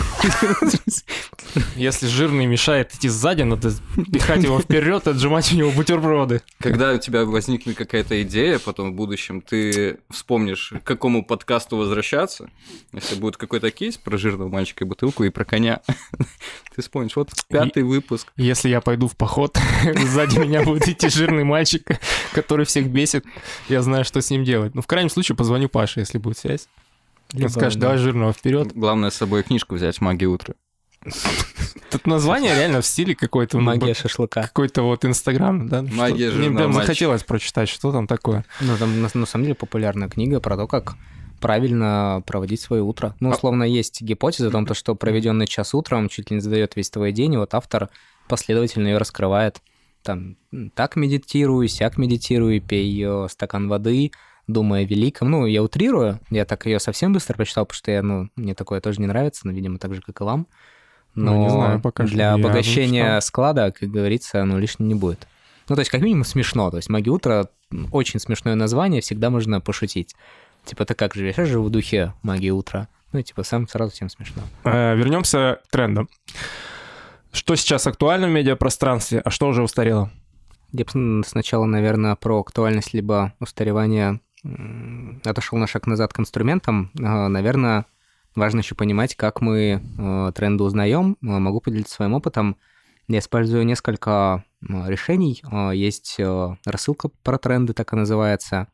Если жирный мешает идти сзади, надо пихать его вперед и отжимать у него бутерброды. Когда у тебя возникнет какая-то идея, потом в будущем ты вспомнишь, к какому подкасту возвращаться. Если будет какой-то кейс про жирного мальчика и бутылку, и про коня, ты вспомнишь, вот пятый выпуск. Если я пойду в поход, сзади меня будет идти жирный мальчик, который всех бесит. Я знаю, что с ним делать. Ну, в крайнем случае, позвоню Паше, если будет связь. Он скажет, давай жирного вперед. Главное с собой книжку взять «Магия утра». Тут название реально в стиле какой-то... Магия шашлыка. Какой-то вот Инстаграм, да? Магия Мне жирного прям мальчика. захотелось прочитать, что там такое. Ну, там, на, на самом деле, популярная книга про то, как правильно проводить свое утро. Ну, условно, есть гипотеза о том, то, что проведенный час утром чуть ли не задает весь твой день, и вот автор последовательно ее раскрывает. Там, так медитируй, сяк медитируй, пей э, стакан воды, думая о великом. Ну, я утрирую, я так ее совсем быстро прочитал, потому что я, ну, мне такое тоже не нравится, но, видимо, так же, как и вам. Но Ну, не знаю пока что, для я обогащения не читал. склада, как говорится, ну, лишним не будет. Ну, то есть, как минимум, смешно. То есть, «Магия утра» — очень смешное название, всегда можно пошутить. Типа, ты как живешь? Я живу в духе «Магии утра». Ну, типа, сам сразу всем смешно. Э, Вернемся к трендам. Что сейчас актуально в медиапространстве, а что уже устарело? Я бы сначала, наверное, про актуальность либо устаревание м, отошел на шаг назад к инструментам. А, Наверное, важно еще понимать, как мы э, тренды узнаем. Э, Могу поделиться своим опытом. Я использую несколько э, решений. Э, Есть э, рассылка про тренды, так и называется,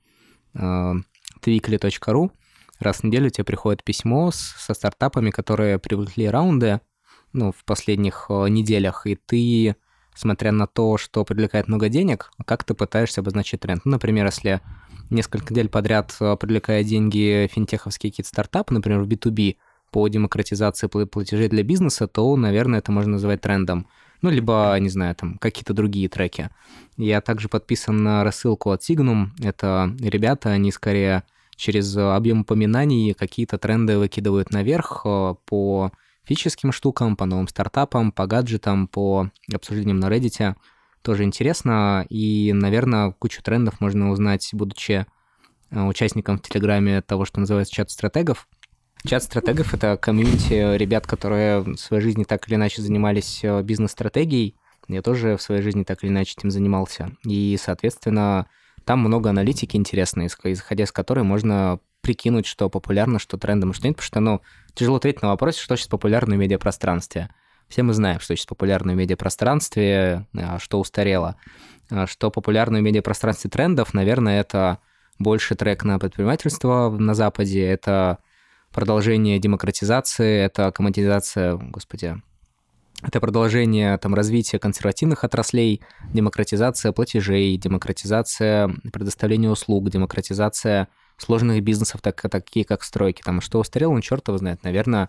твикли точка ру. Раз в неделю тебе приходит письмо с- со стартапами, которые привлекли раунды, ну, в последних э, неделях, и ты, смотря на то, что привлекает много денег, как ты пытаешься обозначить тренд. Ну, например, если несколько недель подряд э, привлекает деньги финтеховские какие-то стартапы, например, в би ту би по демократизации пла- платежей для бизнеса, то, наверное, это можно называть трендом. Ну, либо, не знаю, там, какие-то другие треки. Я также подписан на рассылку от Signum. Это ребята, они скорее через объем упоминаний какие-то тренды выкидывают наверх э, по физическим штукам, по новым стартапам, по гаджетам, по обсуждениям на Reddit. Тоже интересно, и, наверное, кучу трендов можно узнать, будучи э, участником в Телеграме того, что называется чат стратегов. Чат стратегов — это комьюнити ребят, которые в своей жизни так или иначе занимались э, бизнес-стратегией. Я тоже в своей жизни так или иначе этим занимался. И, соответственно, там много аналитики интересной, исх- исходя из которой можно прикинуть, что популярно, что трендом, что нет, потому что, ну, тяжело ответить на вопрос, что сейчас популярно в медиапространстве. Все мы знаем, что сейчас популярно в медиапространстве, а что устарело. А что популярно в медиапространстве трендов, наверное, это больше трек на предпринимательство на Западе, это продолжение демократизации, это коммодитизация, господи, это продолжение там, развития консервативных отраслей, демократизация платежей, демократизация предоставления услуг, демократизация сложных бизнесов, так, такие как стройки. Там, что устарело, ну, черт его знает. Наверное,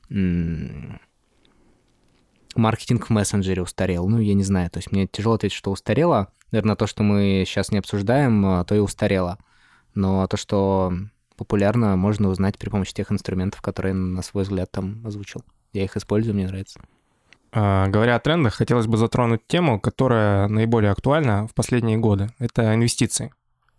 м- маркетинг в мессенджере устарел. Ну, я не знаю. То есть мне тяжело ответить, что устарело. Наверное, то, что мы сейчас не обсуждаем, то и устарело. Но то, что популярно, можно узнать при помощи тех инструментов, которые, на свой взгляд, там озвучил. Я их использую, мне нравится. А, Говоря о трендах, хотелось бы затронуть тему, которая наиболее актуальна в последние годы. Это инвестиции.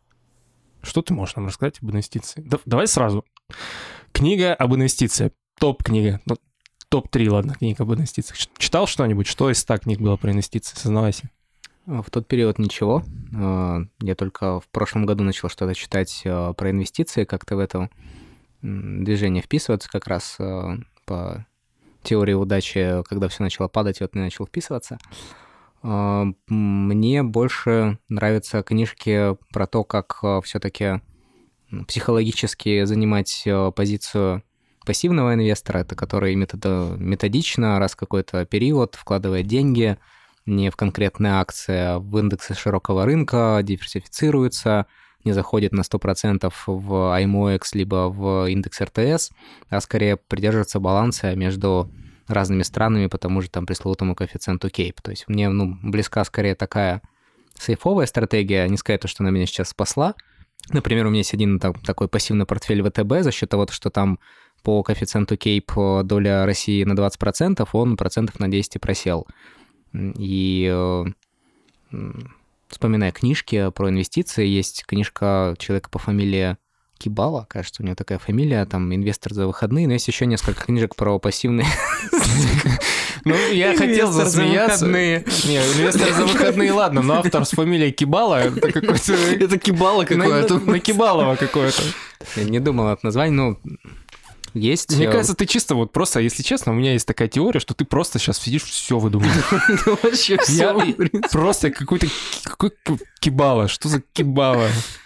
Что ты можешь нам рассказать об инвестициях? Да- давай сразу. Книга об инвестициях. Топ-книга. Ну, топ три, ладно, книг об инвестициях. Ч- Читал что-нибудь? Что из ста книг было про инвестиции? Сознавайся. В тот период ничего. Э, Я только в прошлом году начал что-то читать э, про инвестиции, как-то в это м, движение вписываться как раз э, по теории удачи, когда все начало падать, вот я начал вписываться. Э, Мне больше нравятся книжки про то, как все-таки психологически занимать э, позицию пассивного инвестора, это который методо- методично раз в какой-то период вкладывает деньги не в конкретные акции, а в индексы широкого рынка, диверсифицируется, не заходит на сто процентов в ай эм о экс либо в индекс эр тэ эс, а скорее придерживается баланса между разными странами по тому же там пресловутому коэффициенту Кейп. То есть мне ну, близка скорее такая сейфовая стратегия, не сказать, что она меня сейчас спасла, Например, у меня есть один так, такой пассивный портфель ВТБ за счет того, что там по коэффициенту Кейп доля России на двадцать процентов, он процентов на десять и просел. И вспоминая книжки про инвестиции, есть книжка человека по фамилии Кибала, кажется, у него такая фамилия, там, «Инвестор за выходные», но есть еще несколько книжек про пассивные... Ну, я хотел засмеяться. Не, «Инвестор за выходные», ладно, но автор с фамилией Кибала, это какой-то... Это Кибала какое-то. На Кибалова какое-то. Я не думал от названия, ну... Есть... Мне кажется, ты чисто вот просто, если честно, у меня есть такая теория, что ты просто сейчас сидишь, все выдумываешь. Вообще все. Просто какой-то... Какой Кибала? Что за Кибала?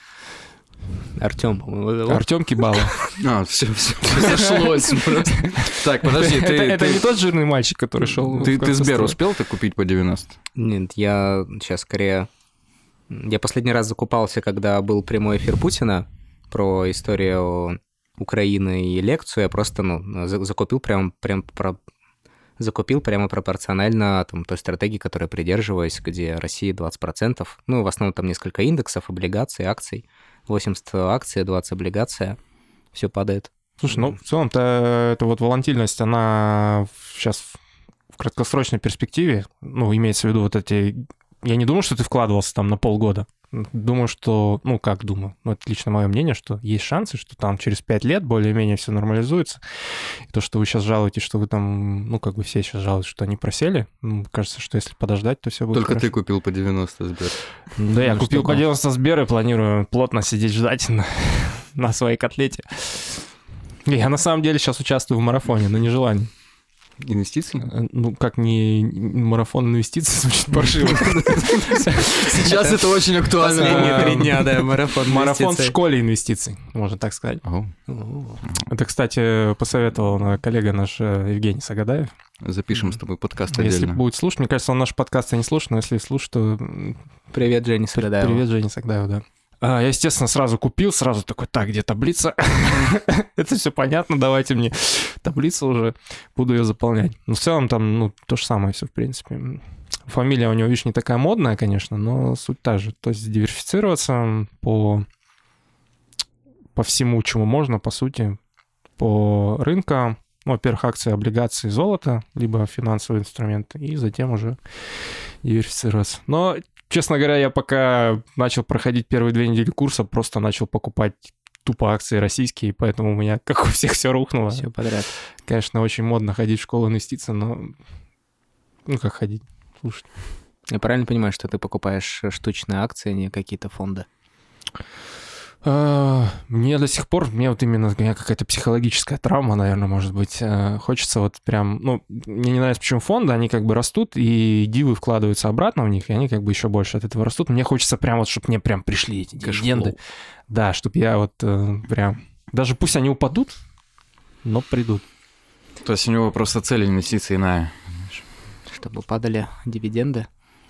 Артем, по-моему. Артем Кибала. А, все, все, сошлось просто. Так, подожди, ты... Это не тот жирный мальчик, который шел... Ты Сбер успел-то купить по девяносто? Нет, я сейчас скорее... Я последний раз закупался, когда был прямой эфир Путина про историю Украины и лекцию. Я просто, ну, закупил прям, прям про... закупил прямо пропорционально там, той стратегии, которой придерживаюсь, где Россия двадцать процентов. Ну, в основном там несколько индексов, облигаций, акций. восемьдесят акций, двадцать облигаций. Все падает. Слушай, ну, в целом-то эта вот волатильность, она сейчас в краткосрочной перспективе, ну, имеется в виду вот эти... Я не думаю, что ты вкладывался там на полгода. Думаю, что... Ну, как думаю? Ну, это лично мое мнение, что есть шансы, что там через пять лет более-менее все нормализуется. И то, что вы сейчас жалуетесь, что вы там... Ну, как бы все сейчас жалуются, что они просели. Ну, кажется, что если подождать, то все будет Только хорошо. ты купил по девяносто Сбер. Да, я Ну, купил что, по да. девяносто Сбер и планирую плотно сидеть ждать на, на своей котлете. Я на самом деле сейчас участвую в марафоне, но не желание. Инвестиции? Ну, как не марафон инвестиций, звучит паршиво. Сейчас это очень актуально. Последние три дня, да, марафон Марафон в инвестиций. школе инвестиций, можно так сказать. Ого. Это, кстати, посоветовал коллега наш э, Евгений Сагадаев. Запишем с тобой подкаст Если отдельно. будет слушать, мне кажется, он наш подкаст не слушает, но если слушает, то м, Привет, Женя Сагадаева. привет, Женя Сагадаев, да. А, я, естественно, сразу купил, сразу такой, так, где таблица? Это все понятно, давайте мне таблицу уже, буду ее заполнять. Но в целом там, ну, то же самое все, в принципе. Фамилия у него, видишь, не такая модная, конечно, но суть та же. То есть диверсифицироваться по, по всему, чему можно, по сути, по рынкам. Ну, во-первых, акции, облигации, золото, либо финансовые инструменты, и затем уже диверсифицироваться. Но, честно говоря, я пока начал проходить первые две недели курса, просто начал покупать тупо акции российские, поэтому у меня, как у всех, все рухнуло. Все подряд. Конечно, очень модно ходить в школу инвестиций, но... Ну, как ходить? Слушай. Я правильно понимаю, что ты покупаешь штучные акции, а не какие-то фонды? А, Мне до сих пор, мне вот именно у меня какая-то психологическая травма, наверное, может быть. А, Хочется вот прям, ну, мне не нравится, почему фонды, они как бы растут, и дивы вкладываются обратно в них, и они как бы еще больше от этого растут. Мне хочется прям вот, чтобы мне прям пришли эти дивиденды. Да, чтобы я вот э, прям... Даже пусть они упадут, но придут. То есть у него просто цель инвестиций иная. Чтобы падали дивиденды?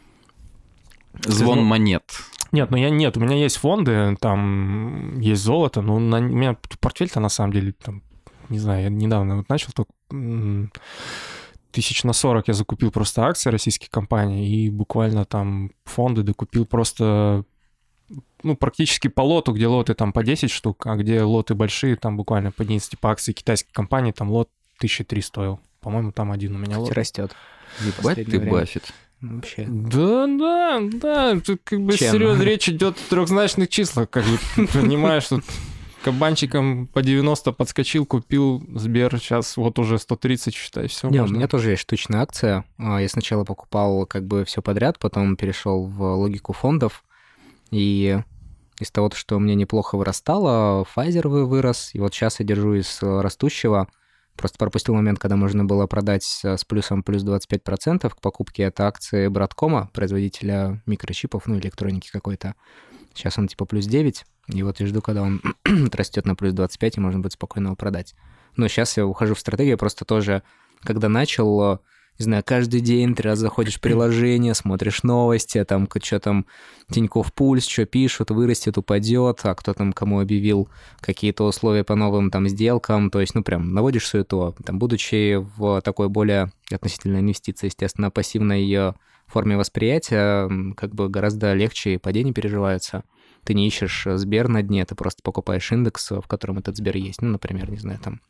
Звон монет. Нет, ну я нет, у меня есть фонды, там есть золото, но на, у меня портфель-то на самом деле, там, не знаю, я недавно вот начал, только м, тысяч на сорок я закупил просто акции российских компаний, и буквально там фонды докупил просто, ну, практически по лоту, где лоты там по десять штук, а где лоты большие, там буквально по одиннадцать, типа акции китайской компании, там лот тысяча три стоил. По-моему, там один у меня лот. Растет. Ебать ты, Баффет. Вообще. Да, да, да, тут как бы Чем? серьезно речь идет о трехзначных числах, как бы понимаешь, что кабанчиком по девяносто подскочил, купил Сбер, сейчас вот уже сто тридцать, считай, все. Не, у меня тоже есть штучная акция. А, Я сначала покупал как бы все подряд, потом перешел в логику фондов, и из того, что у меня неплохо вырастало, Pfizer вы- вырос, и вот сейчас я держу из э, растущего. Просто пропустил момент, когда можно было продать с плюсом плюс двадцать пять процентов к покупке. Это акции Браткома, производителя микрочипов, ну, электроники какой-то. Сейчас он типа плюс девять, и вот я жду, когда он растет на плюс двадцать пять, и можно будет спокойно его продать. Но сейчас я ухожу в стратегию, просто тоже, когда начал, не знаю, каждый день три раза заходишь в приложение, смотришь новости, там, что там, Тинькофф Пульс, что пишут, вырастет, упадет, а кто там кому объявил какие-то условия по новым там сделкам, то есть, ну, прям наводишь суету, там, будучи в такой более относительно инвестиции, естественно, пассивной форме восприятия, как бы гораздо легче и падения переживаются. ты не ищешь Сбер на дне, ты просто покупаешь индекс, в котором этот Сбер есть. Ну, например, не знаю, там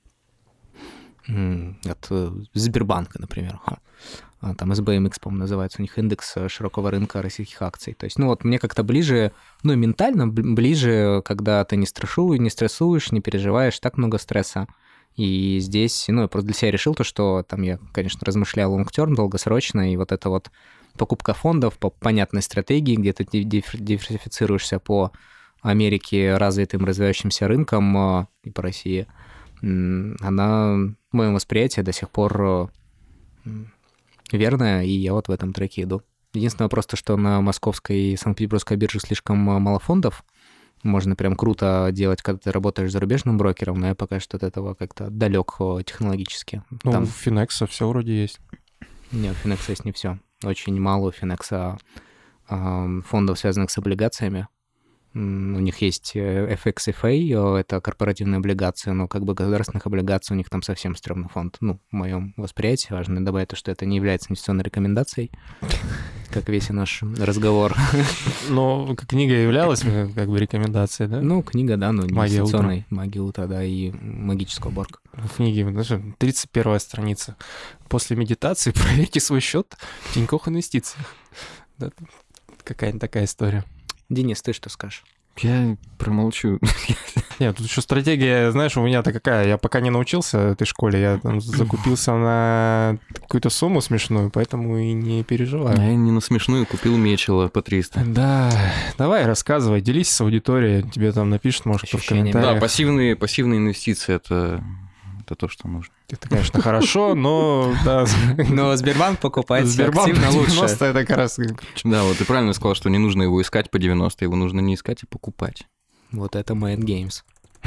от Сбербанка, например. Там эс бэ эм икс, по-моему, называется у них индекс широкого рынка российских акций. То есть, ну вот мне как-то ближе, ну ментально ближе, когда ты не стрессуешь, не стрессуешь, не переживаешь, так много стресса. И здесь, ну, я просто для себя решил то, что там я, конечно, размышлял long-term, долгосрочно, и вот это вот покупка фондов по понятной стратегии, где ты диверсифицируешься по Америке, развитым, развивающимся рынкам и по России, она, в моем восприятии, до сих пор верная, и я вот в этом треке иду. Единственное просто, что на московской и Санкт-Петербургской бирже слишком мало фондов. Можно прям круто делать, когда ты работаешь зарубежным брокером, но я пока что от этого как-то далек технологически. Ну, Там... у Финекса все вроде есть. Нет, у Финекса есть не все. Очень мало у Финекса фондов, связанных с облигациями. У них есть эф икс эф эй, это корпоративные облигации, но как бы государственных облигаций у них там совсем стрёмный фонд. Ну, в моем восприятии важно добавить то, что это не является инвестиционной рекомендацией, как весь наш разговор. Но книга являлась как бы рекомендацией, да? Ну, книга, да, но не «Магия инвестиционной. «Магия утра», да, и «Магическая уборка». В книге, даже тридцать первая страница. После медитации проверьте свой счет в Тинькофф Инвестициях. Да, какая-нибудь такая история. Денис, ты что скажешь? Я промолчу. Нет, тут еще стратегия, знаешь, у меня-то какая, я пока не научился этой школе, я там закупился на какую-то сумму смешную, поэтому и не переживаю. Я не на смешную купил мечело по триста. Да, давай рассказывай, делись с аудиторией, тебе там напишут, может, кто в комментариях. Да, пассивные, пассивные инвестиции — это, это то, что нужно. Это, конечно, хорошо, но... Да, но Сбербанк покупать Сбербанк активно лучше. девяносто это как раз... Да, вот ты правильно сказал, что не нужно его искать по девяносто, его нужно не искать, а покупать. Вот это Mind Games.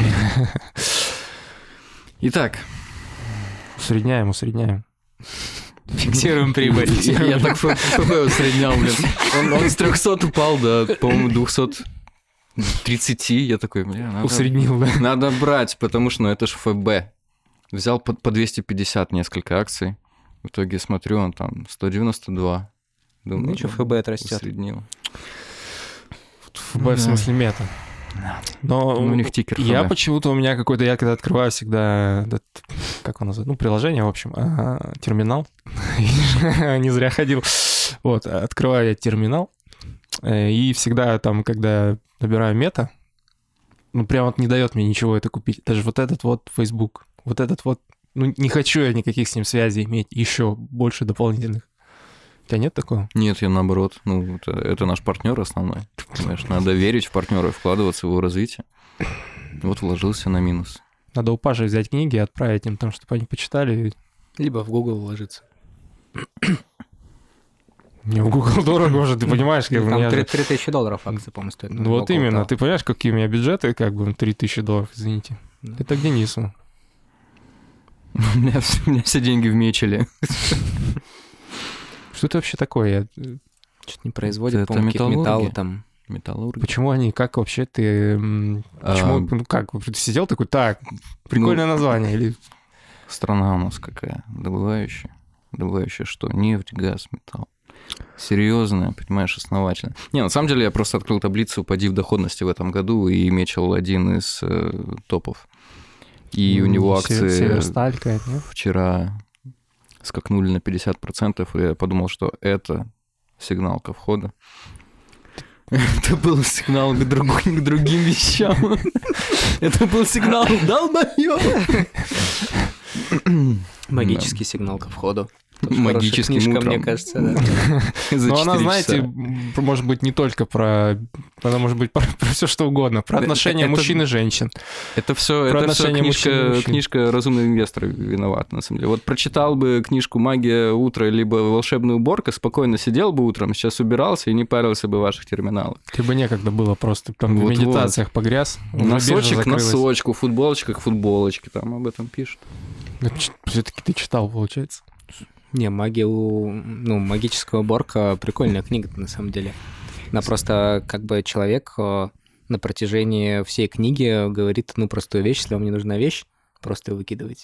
Итак. Усредняем, усредняем. Фиксируем прибыль. Я так ФБ усреднял, блин. Он с трехсот упал до, по-моему, двухсот тридцати. Я такой, бля, надо... Усреднил, да? Надо брать, потому что, ну, это же ФБ. Взял по, по двести пятьдесят несколько акций. В итоге смотрю, он там сто девяносто два. Думаю, ну что, ФБ отрастет. Усреднил. ФБ ну, в смысле мета. Да. Но ну, у них тикер я ФБ. Почему-то у меня какой-то, я когда открываю всегда, как он называется, ну, приложение, в общем, а, терминал. Не зря ходил. Вот, открываю я терминал, и всегда там, когда набираю мета, ну, прям вот не дает мне ничего это купить. Даже вот этот вот Facebook, вот этот вот, ну, не хочу я никаких с ним связей иметь, еще больше дополнительных. У тебя нет такого? Нет, я наоборот. Ну, это, это наш партнер основной. Понимаешь, надо верить в партнера, вкладываться в его развитие. Вот вложился на минус. Надо у Паши взять книги и отправить им там, чтобы они почитали. Либо в Google вложиться. Не, в Google дорого уже, ты понимаешь, как бы... Там три тысячи долларов акции, по-моему, стоит. Ну вот именно, ты понимаешь, какие у меня бюджеты, как бы три тысячи долларов, извините. Это к Денису. У меня все деньги в мечеле. Что это вообще такое? Что-то не производят, по-моему, какие-то металлы там. Металлурги. Почему они, как вообще ты... Почему, а, ну как, ты сидел такой, так, прикольное ну, название, или... Страна у нас какая, добывающая. Добывающая что? Нефть, газ, металл. Серьезная, понимаешь, основательно. Не, на самом деле я просто открыл таблицу по див доходности в этом году и мечил один из э, топов. И mm, у него акции Северсталь какая-то, нет? Вчера скакнули на пятьдесят процентов, и я подумал, что это сигнал ко входу. Это был сигнал к, друг, к другим вещам. Это был сигнал «Долбоёб!» Магический сигнал ко входу. Магический книжка, мне кажется, да. Но она, знаете, может быть не только про... Она может быть про, про все что угодно. Про отношения это, мужчин и женщин. Это все, это все книжка, книжка «Разумный инвестор» виноват, на самом деле. Вот прочитал бы книжку «Магия утра» либо «Волшебная уборка», спокойно сидел бы утром, сейчас убирался и не парился бы в ваших терминалах. Либо некогда было просто, там вот, в медитациях вот. Погряз. Носочек к носочку, футболочка к футболочке, там об этом пишут. Все-таки ты читал, получается. Не, магия, ну, магическая уборка, прикольная книга на самом деле. Она просто как бы человек на протяжении всей книги говорит, ну, простую вещь, если вам не нужна вещь, просто ее выкидывайте.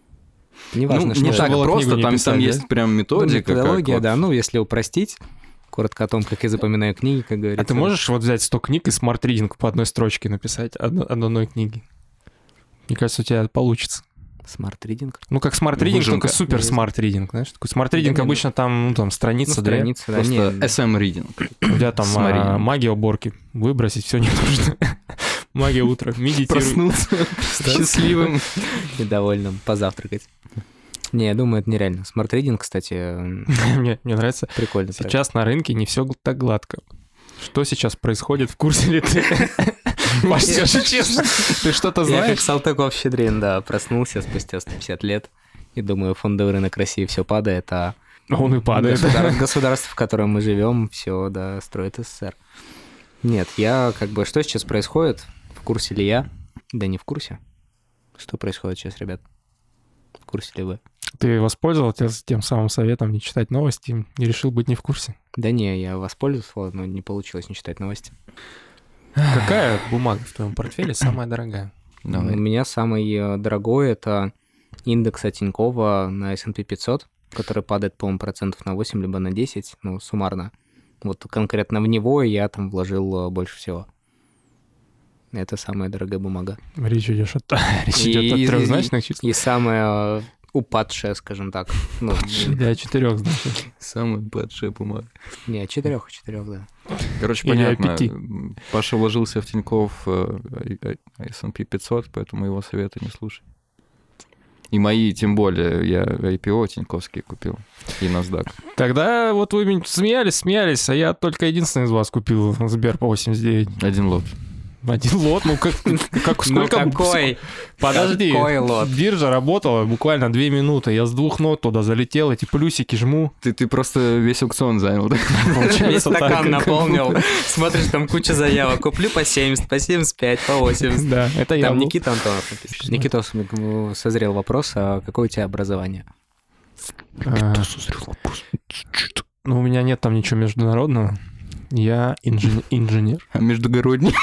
Неважно, ну, что не так просто, там, писать, там да? есть прям методика. Ну, методология, да, вот. Ну, если упростить, Коротко о том, как я запоминаю книги, как говорится. А ты можешь вот взять сто книг и смарт-ридинг по одной строчке написать, одно, одной книги? Мне кажется, у тебя получится. Смарт-ридинг? Ну, как смарт-ридинг, Выжимка. только супер смарт-ридинг, знаешь? Такой смарт-ридинг Да не, обычно там, ну, там, страница, Ну, две. страница, да. Просто Не, эс эм-ридинг. У тебя там Смотри. а, магия уборки. Выбросить все не нужно. Магия утра. Медитируй. Проснуться счастливым. и довольным, позавтракать. Не, я думаю, это нереально. Смарт-ридинг, кстати, Мне мне нравится. прикольно. Сейчас на рынке не все так гладко. Что сейчас происходит? В курсе ли ты? Паш, скажи честно, ты что-то Я как знаешь? Салтыков-Щедрин, да, проснулся спустя сто пятьдесят лет и думаю, фондовый рынок России все падает, а Он и падает. государ- государство, в котором мы живем, все, да, строит СССР. Нет, я как бы... Что сейчас происходит? В курсе ли я? Да не в курсе. Что происходит сейчас, ребят? В курсе ли вы? Ты воспользовался тем самым советом не читать новости и решил быть не в курсе. Да не, я воспользовался, но не получилось не читать новости. Какая бумага в твоем портфеле самая дорогая? У Давай. меня самый э, дорогой — это индекс Тинькова на эс энд пи пятьсот, который падает, по-моему, процентов на восемь либо на десять, ну, суммарно. Вот конкретно в него я там вложил э, больше всего. Это самая дорогая бумага. Речь идет от, речь И- идет и- от трехзначных чисел. И самая э, упадшая, скажем так. Ну, Для четырехзначных. Самая падшая бумага. не, от четырех, четырех, да. Короче, Или понятно. пяти. Паша вложился в Тинькофф э, эс энд пи пятьсот, поэтому его советы не слушай. И мои, тем более, я ай пи о тиньковские купил. И NASDAQ. Тогда вот вы меня смеялись, смеялись, а я только единственный из вас купил Сбер по восемьдесят девять. Один лот. Один лот, ну как, как Ну сколько... какой? Подожди, Какой лот? биржа работала буквально две минуты, я с двух нот туда залетел, эти плюсики жму. Ты, ты просто весь аукцион занял. да? Весь Получается так. стакан наполнил. Смотришь, там куча заявок. Куплю по семьдесят, по семьдесят пять, по восемьдесят. Да, это я Там был. Никита Антонов напишет. Никита, м, созрел вопрос, а какое у тебя образование? А, Ну, у меня нет там ничего международного. Я инжен- инженер. А междугородний?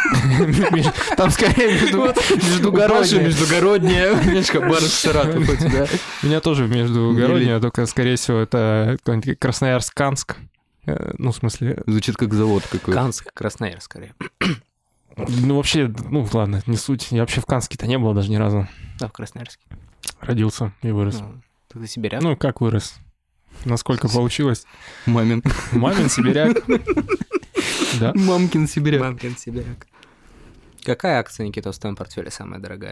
Там скорее между- Паша междугороднее. междугородняя. Знаешь, как бар Саратов у тебя. У меня тоже междугороднее, только, скорее всего, это какой-нибудь Красноярск-Канск. Э, Ну, в смысле... Звучит как завод какой-то. Канск, Красноярск, скорее. Ну, вообще, ну, ладно, не суть. Я вообще в Канске-то не был даже ни разу. Да, в Красноярске. Родился и вырос. Ну, Ты сибиряк? Ну, как вырос? Насколько получилось? Мамин. Мамин сибиряк. Да. Мамкин сибиряк. Мамкин сибиряк. Какая акция, Никита, в твоем портфеле самая дорогая?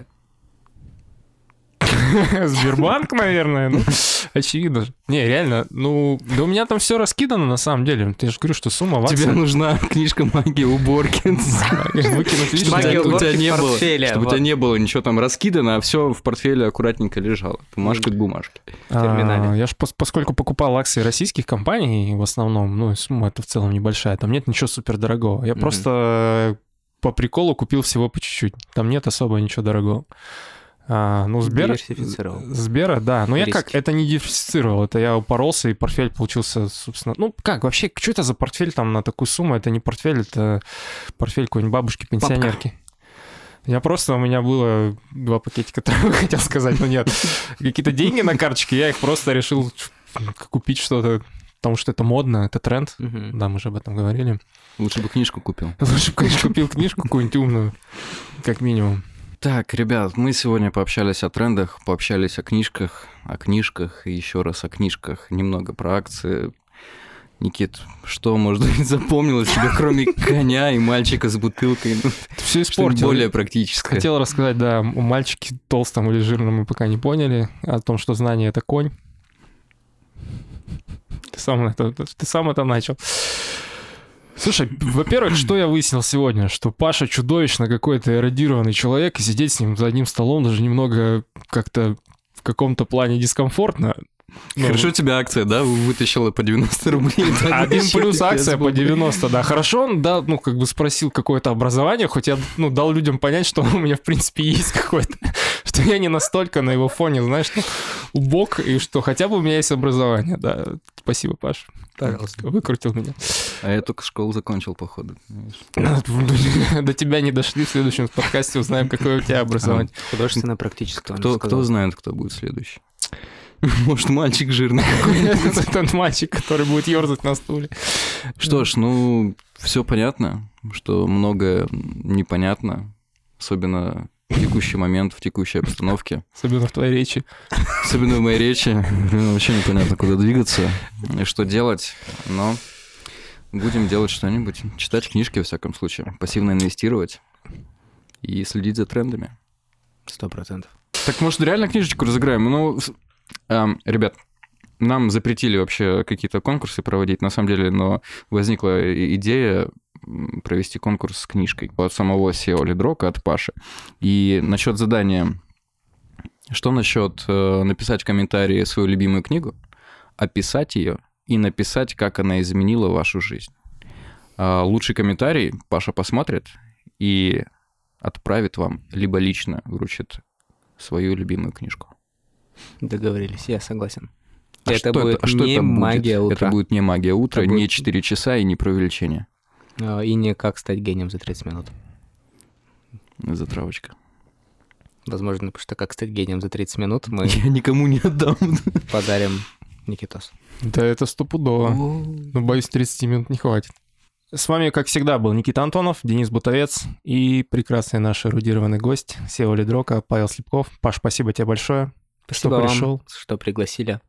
Сбербанк, наверное, ну, очевидно же. Не, реально, ну, да у меня там все раскидано на самом деле. Я же говорю, что сумма в Тебе акциях. нужна книжка «Магия уборки». Выкинуть лишнее. Чтобы у Магия тебя- у уборки тебя в не было, портфеле, чтобы у вот. тебя не было ничего там раскидано, а все в портфеле аккуратненько лежало. Бумажка к бумажке. терминале. А, Я же поскольку покупал акции российских компаний в основном, ну, и сумма это в целом небольшая, там нет ничего супер дорогого. Я Мгм. просто по приколу купил всего по чуть-чуть. Там нет особо ничего дорогого. А, ну, Сбер... Диверсифицировал. Сбера, да. Но я Риски. как, это не диверсифицировал, это я упоролся, и портфель получился, собственно... Ну, как, вообще, что это за портфель там на такую сумму? Это не портфель, это портфель какой-нибудь бабушки-пенсионерки. Я просто, у меня было два пакетика травы, хотел сказать, но нет. Какие-то деньги на карточке, я их просто решил купить что-то, потому что это модно, это тренд. Мгм. Да, мы же об этом говорили. Лучше бы книжку купил. Лучше бы, конечно, купил книжку какую-нибудь умную, как минимум. Так, ребят, мы сегодня пообщались о трендах, пообщались о книжках, о книжках и еще раз о книжках, немного про акции. Никит, что, может быть, запомнилось тебе, кроме коня и мальчика с бутылкой? Ну, Все что-нибудь испортил. более практическое. Хотел рассказать, да, о мальчике толстом или жирном мы пока не поняли, о том, что знание — это конь. Ты сам это, ты сам это начал. Слушай, во-первых, что я выяснил сегодня? Что Паша чудовищно какой-то эродированный человек, и сидеть с ним за одним столом даже немного как-то в каком-то плане дискомфортно. Ну, Хорошо тебя акция, да, вытащила по девяносто рублей. да, Один вообще плюс пипец акция по был. девяносто, да. Хорошо, он, да, ну, как бы спросил какое-то образование, хоть я, ну, дал людям понять, что у меня, в принципе, есть какое-то, что я не настолько на его фоне, знаешь, ну, убог, и что хотя бы у меня есть образование, да. Спасибо, Паш. Пожалуйста. Выкрутил меня. А я только школу закончил, походу. знаешь. До тебя не дошли, в следующем подкасте узнаем, какое у тебя образование. Художественно-практическое. он Кто, сказал. кто знает, кто будет следующий. Может, мальчик жирный какой-нибудь. Этот мальчик, который будет ерзать на стуле. Что ж, ну, все понятно, что многое непонятно, особенно в текущий момент, в текущей обстановке. Особенно в твоей речи. Особенно в моей речи. Вообще непонятно, куда двигаться и что делать, но будем делать что-нибудь. Читать книжки, во всяком случае. Пассивно инвестировать и следить за трендами. Сто процентов. Так, может, реально книжечку разыграем? Ну, эм, ребят, нам запретили вообще какие-то конкурсы проводить, на самом деле, но возникла идея провести конкурс с книжкой от самого сео Лидрока, от Паши. И насчет задания, что насчет э, написать в комментарии свою любимую книгу, описать ее и написать, как она изменила вашу жизнь. Э, лучший комментарий Паша посмотрит и отправит вам, либо лично вручит свою любимую книжку. Договорились, я согласен. А это что будет а что не это будет? магия утра. Это будет не магия утра, Это не будет- четыре часа и не про увеличение. А, И не как стать гением за тридцать минут. Затравочка. Возможно, потому что как стать гением за тридцать минут мы Я никому не отдам. подарим Никитос. Да это стопудово. Но, боюсь, тридцать минут не хватит. С вами, как всегда, был Никита Антонов, Денис Бутовец и прекрасный наш эрудированный гость сео Лидрока Павел Слепков. Паш, спасибо тебе большое, Спасибо что вам, пришел. что пригласили.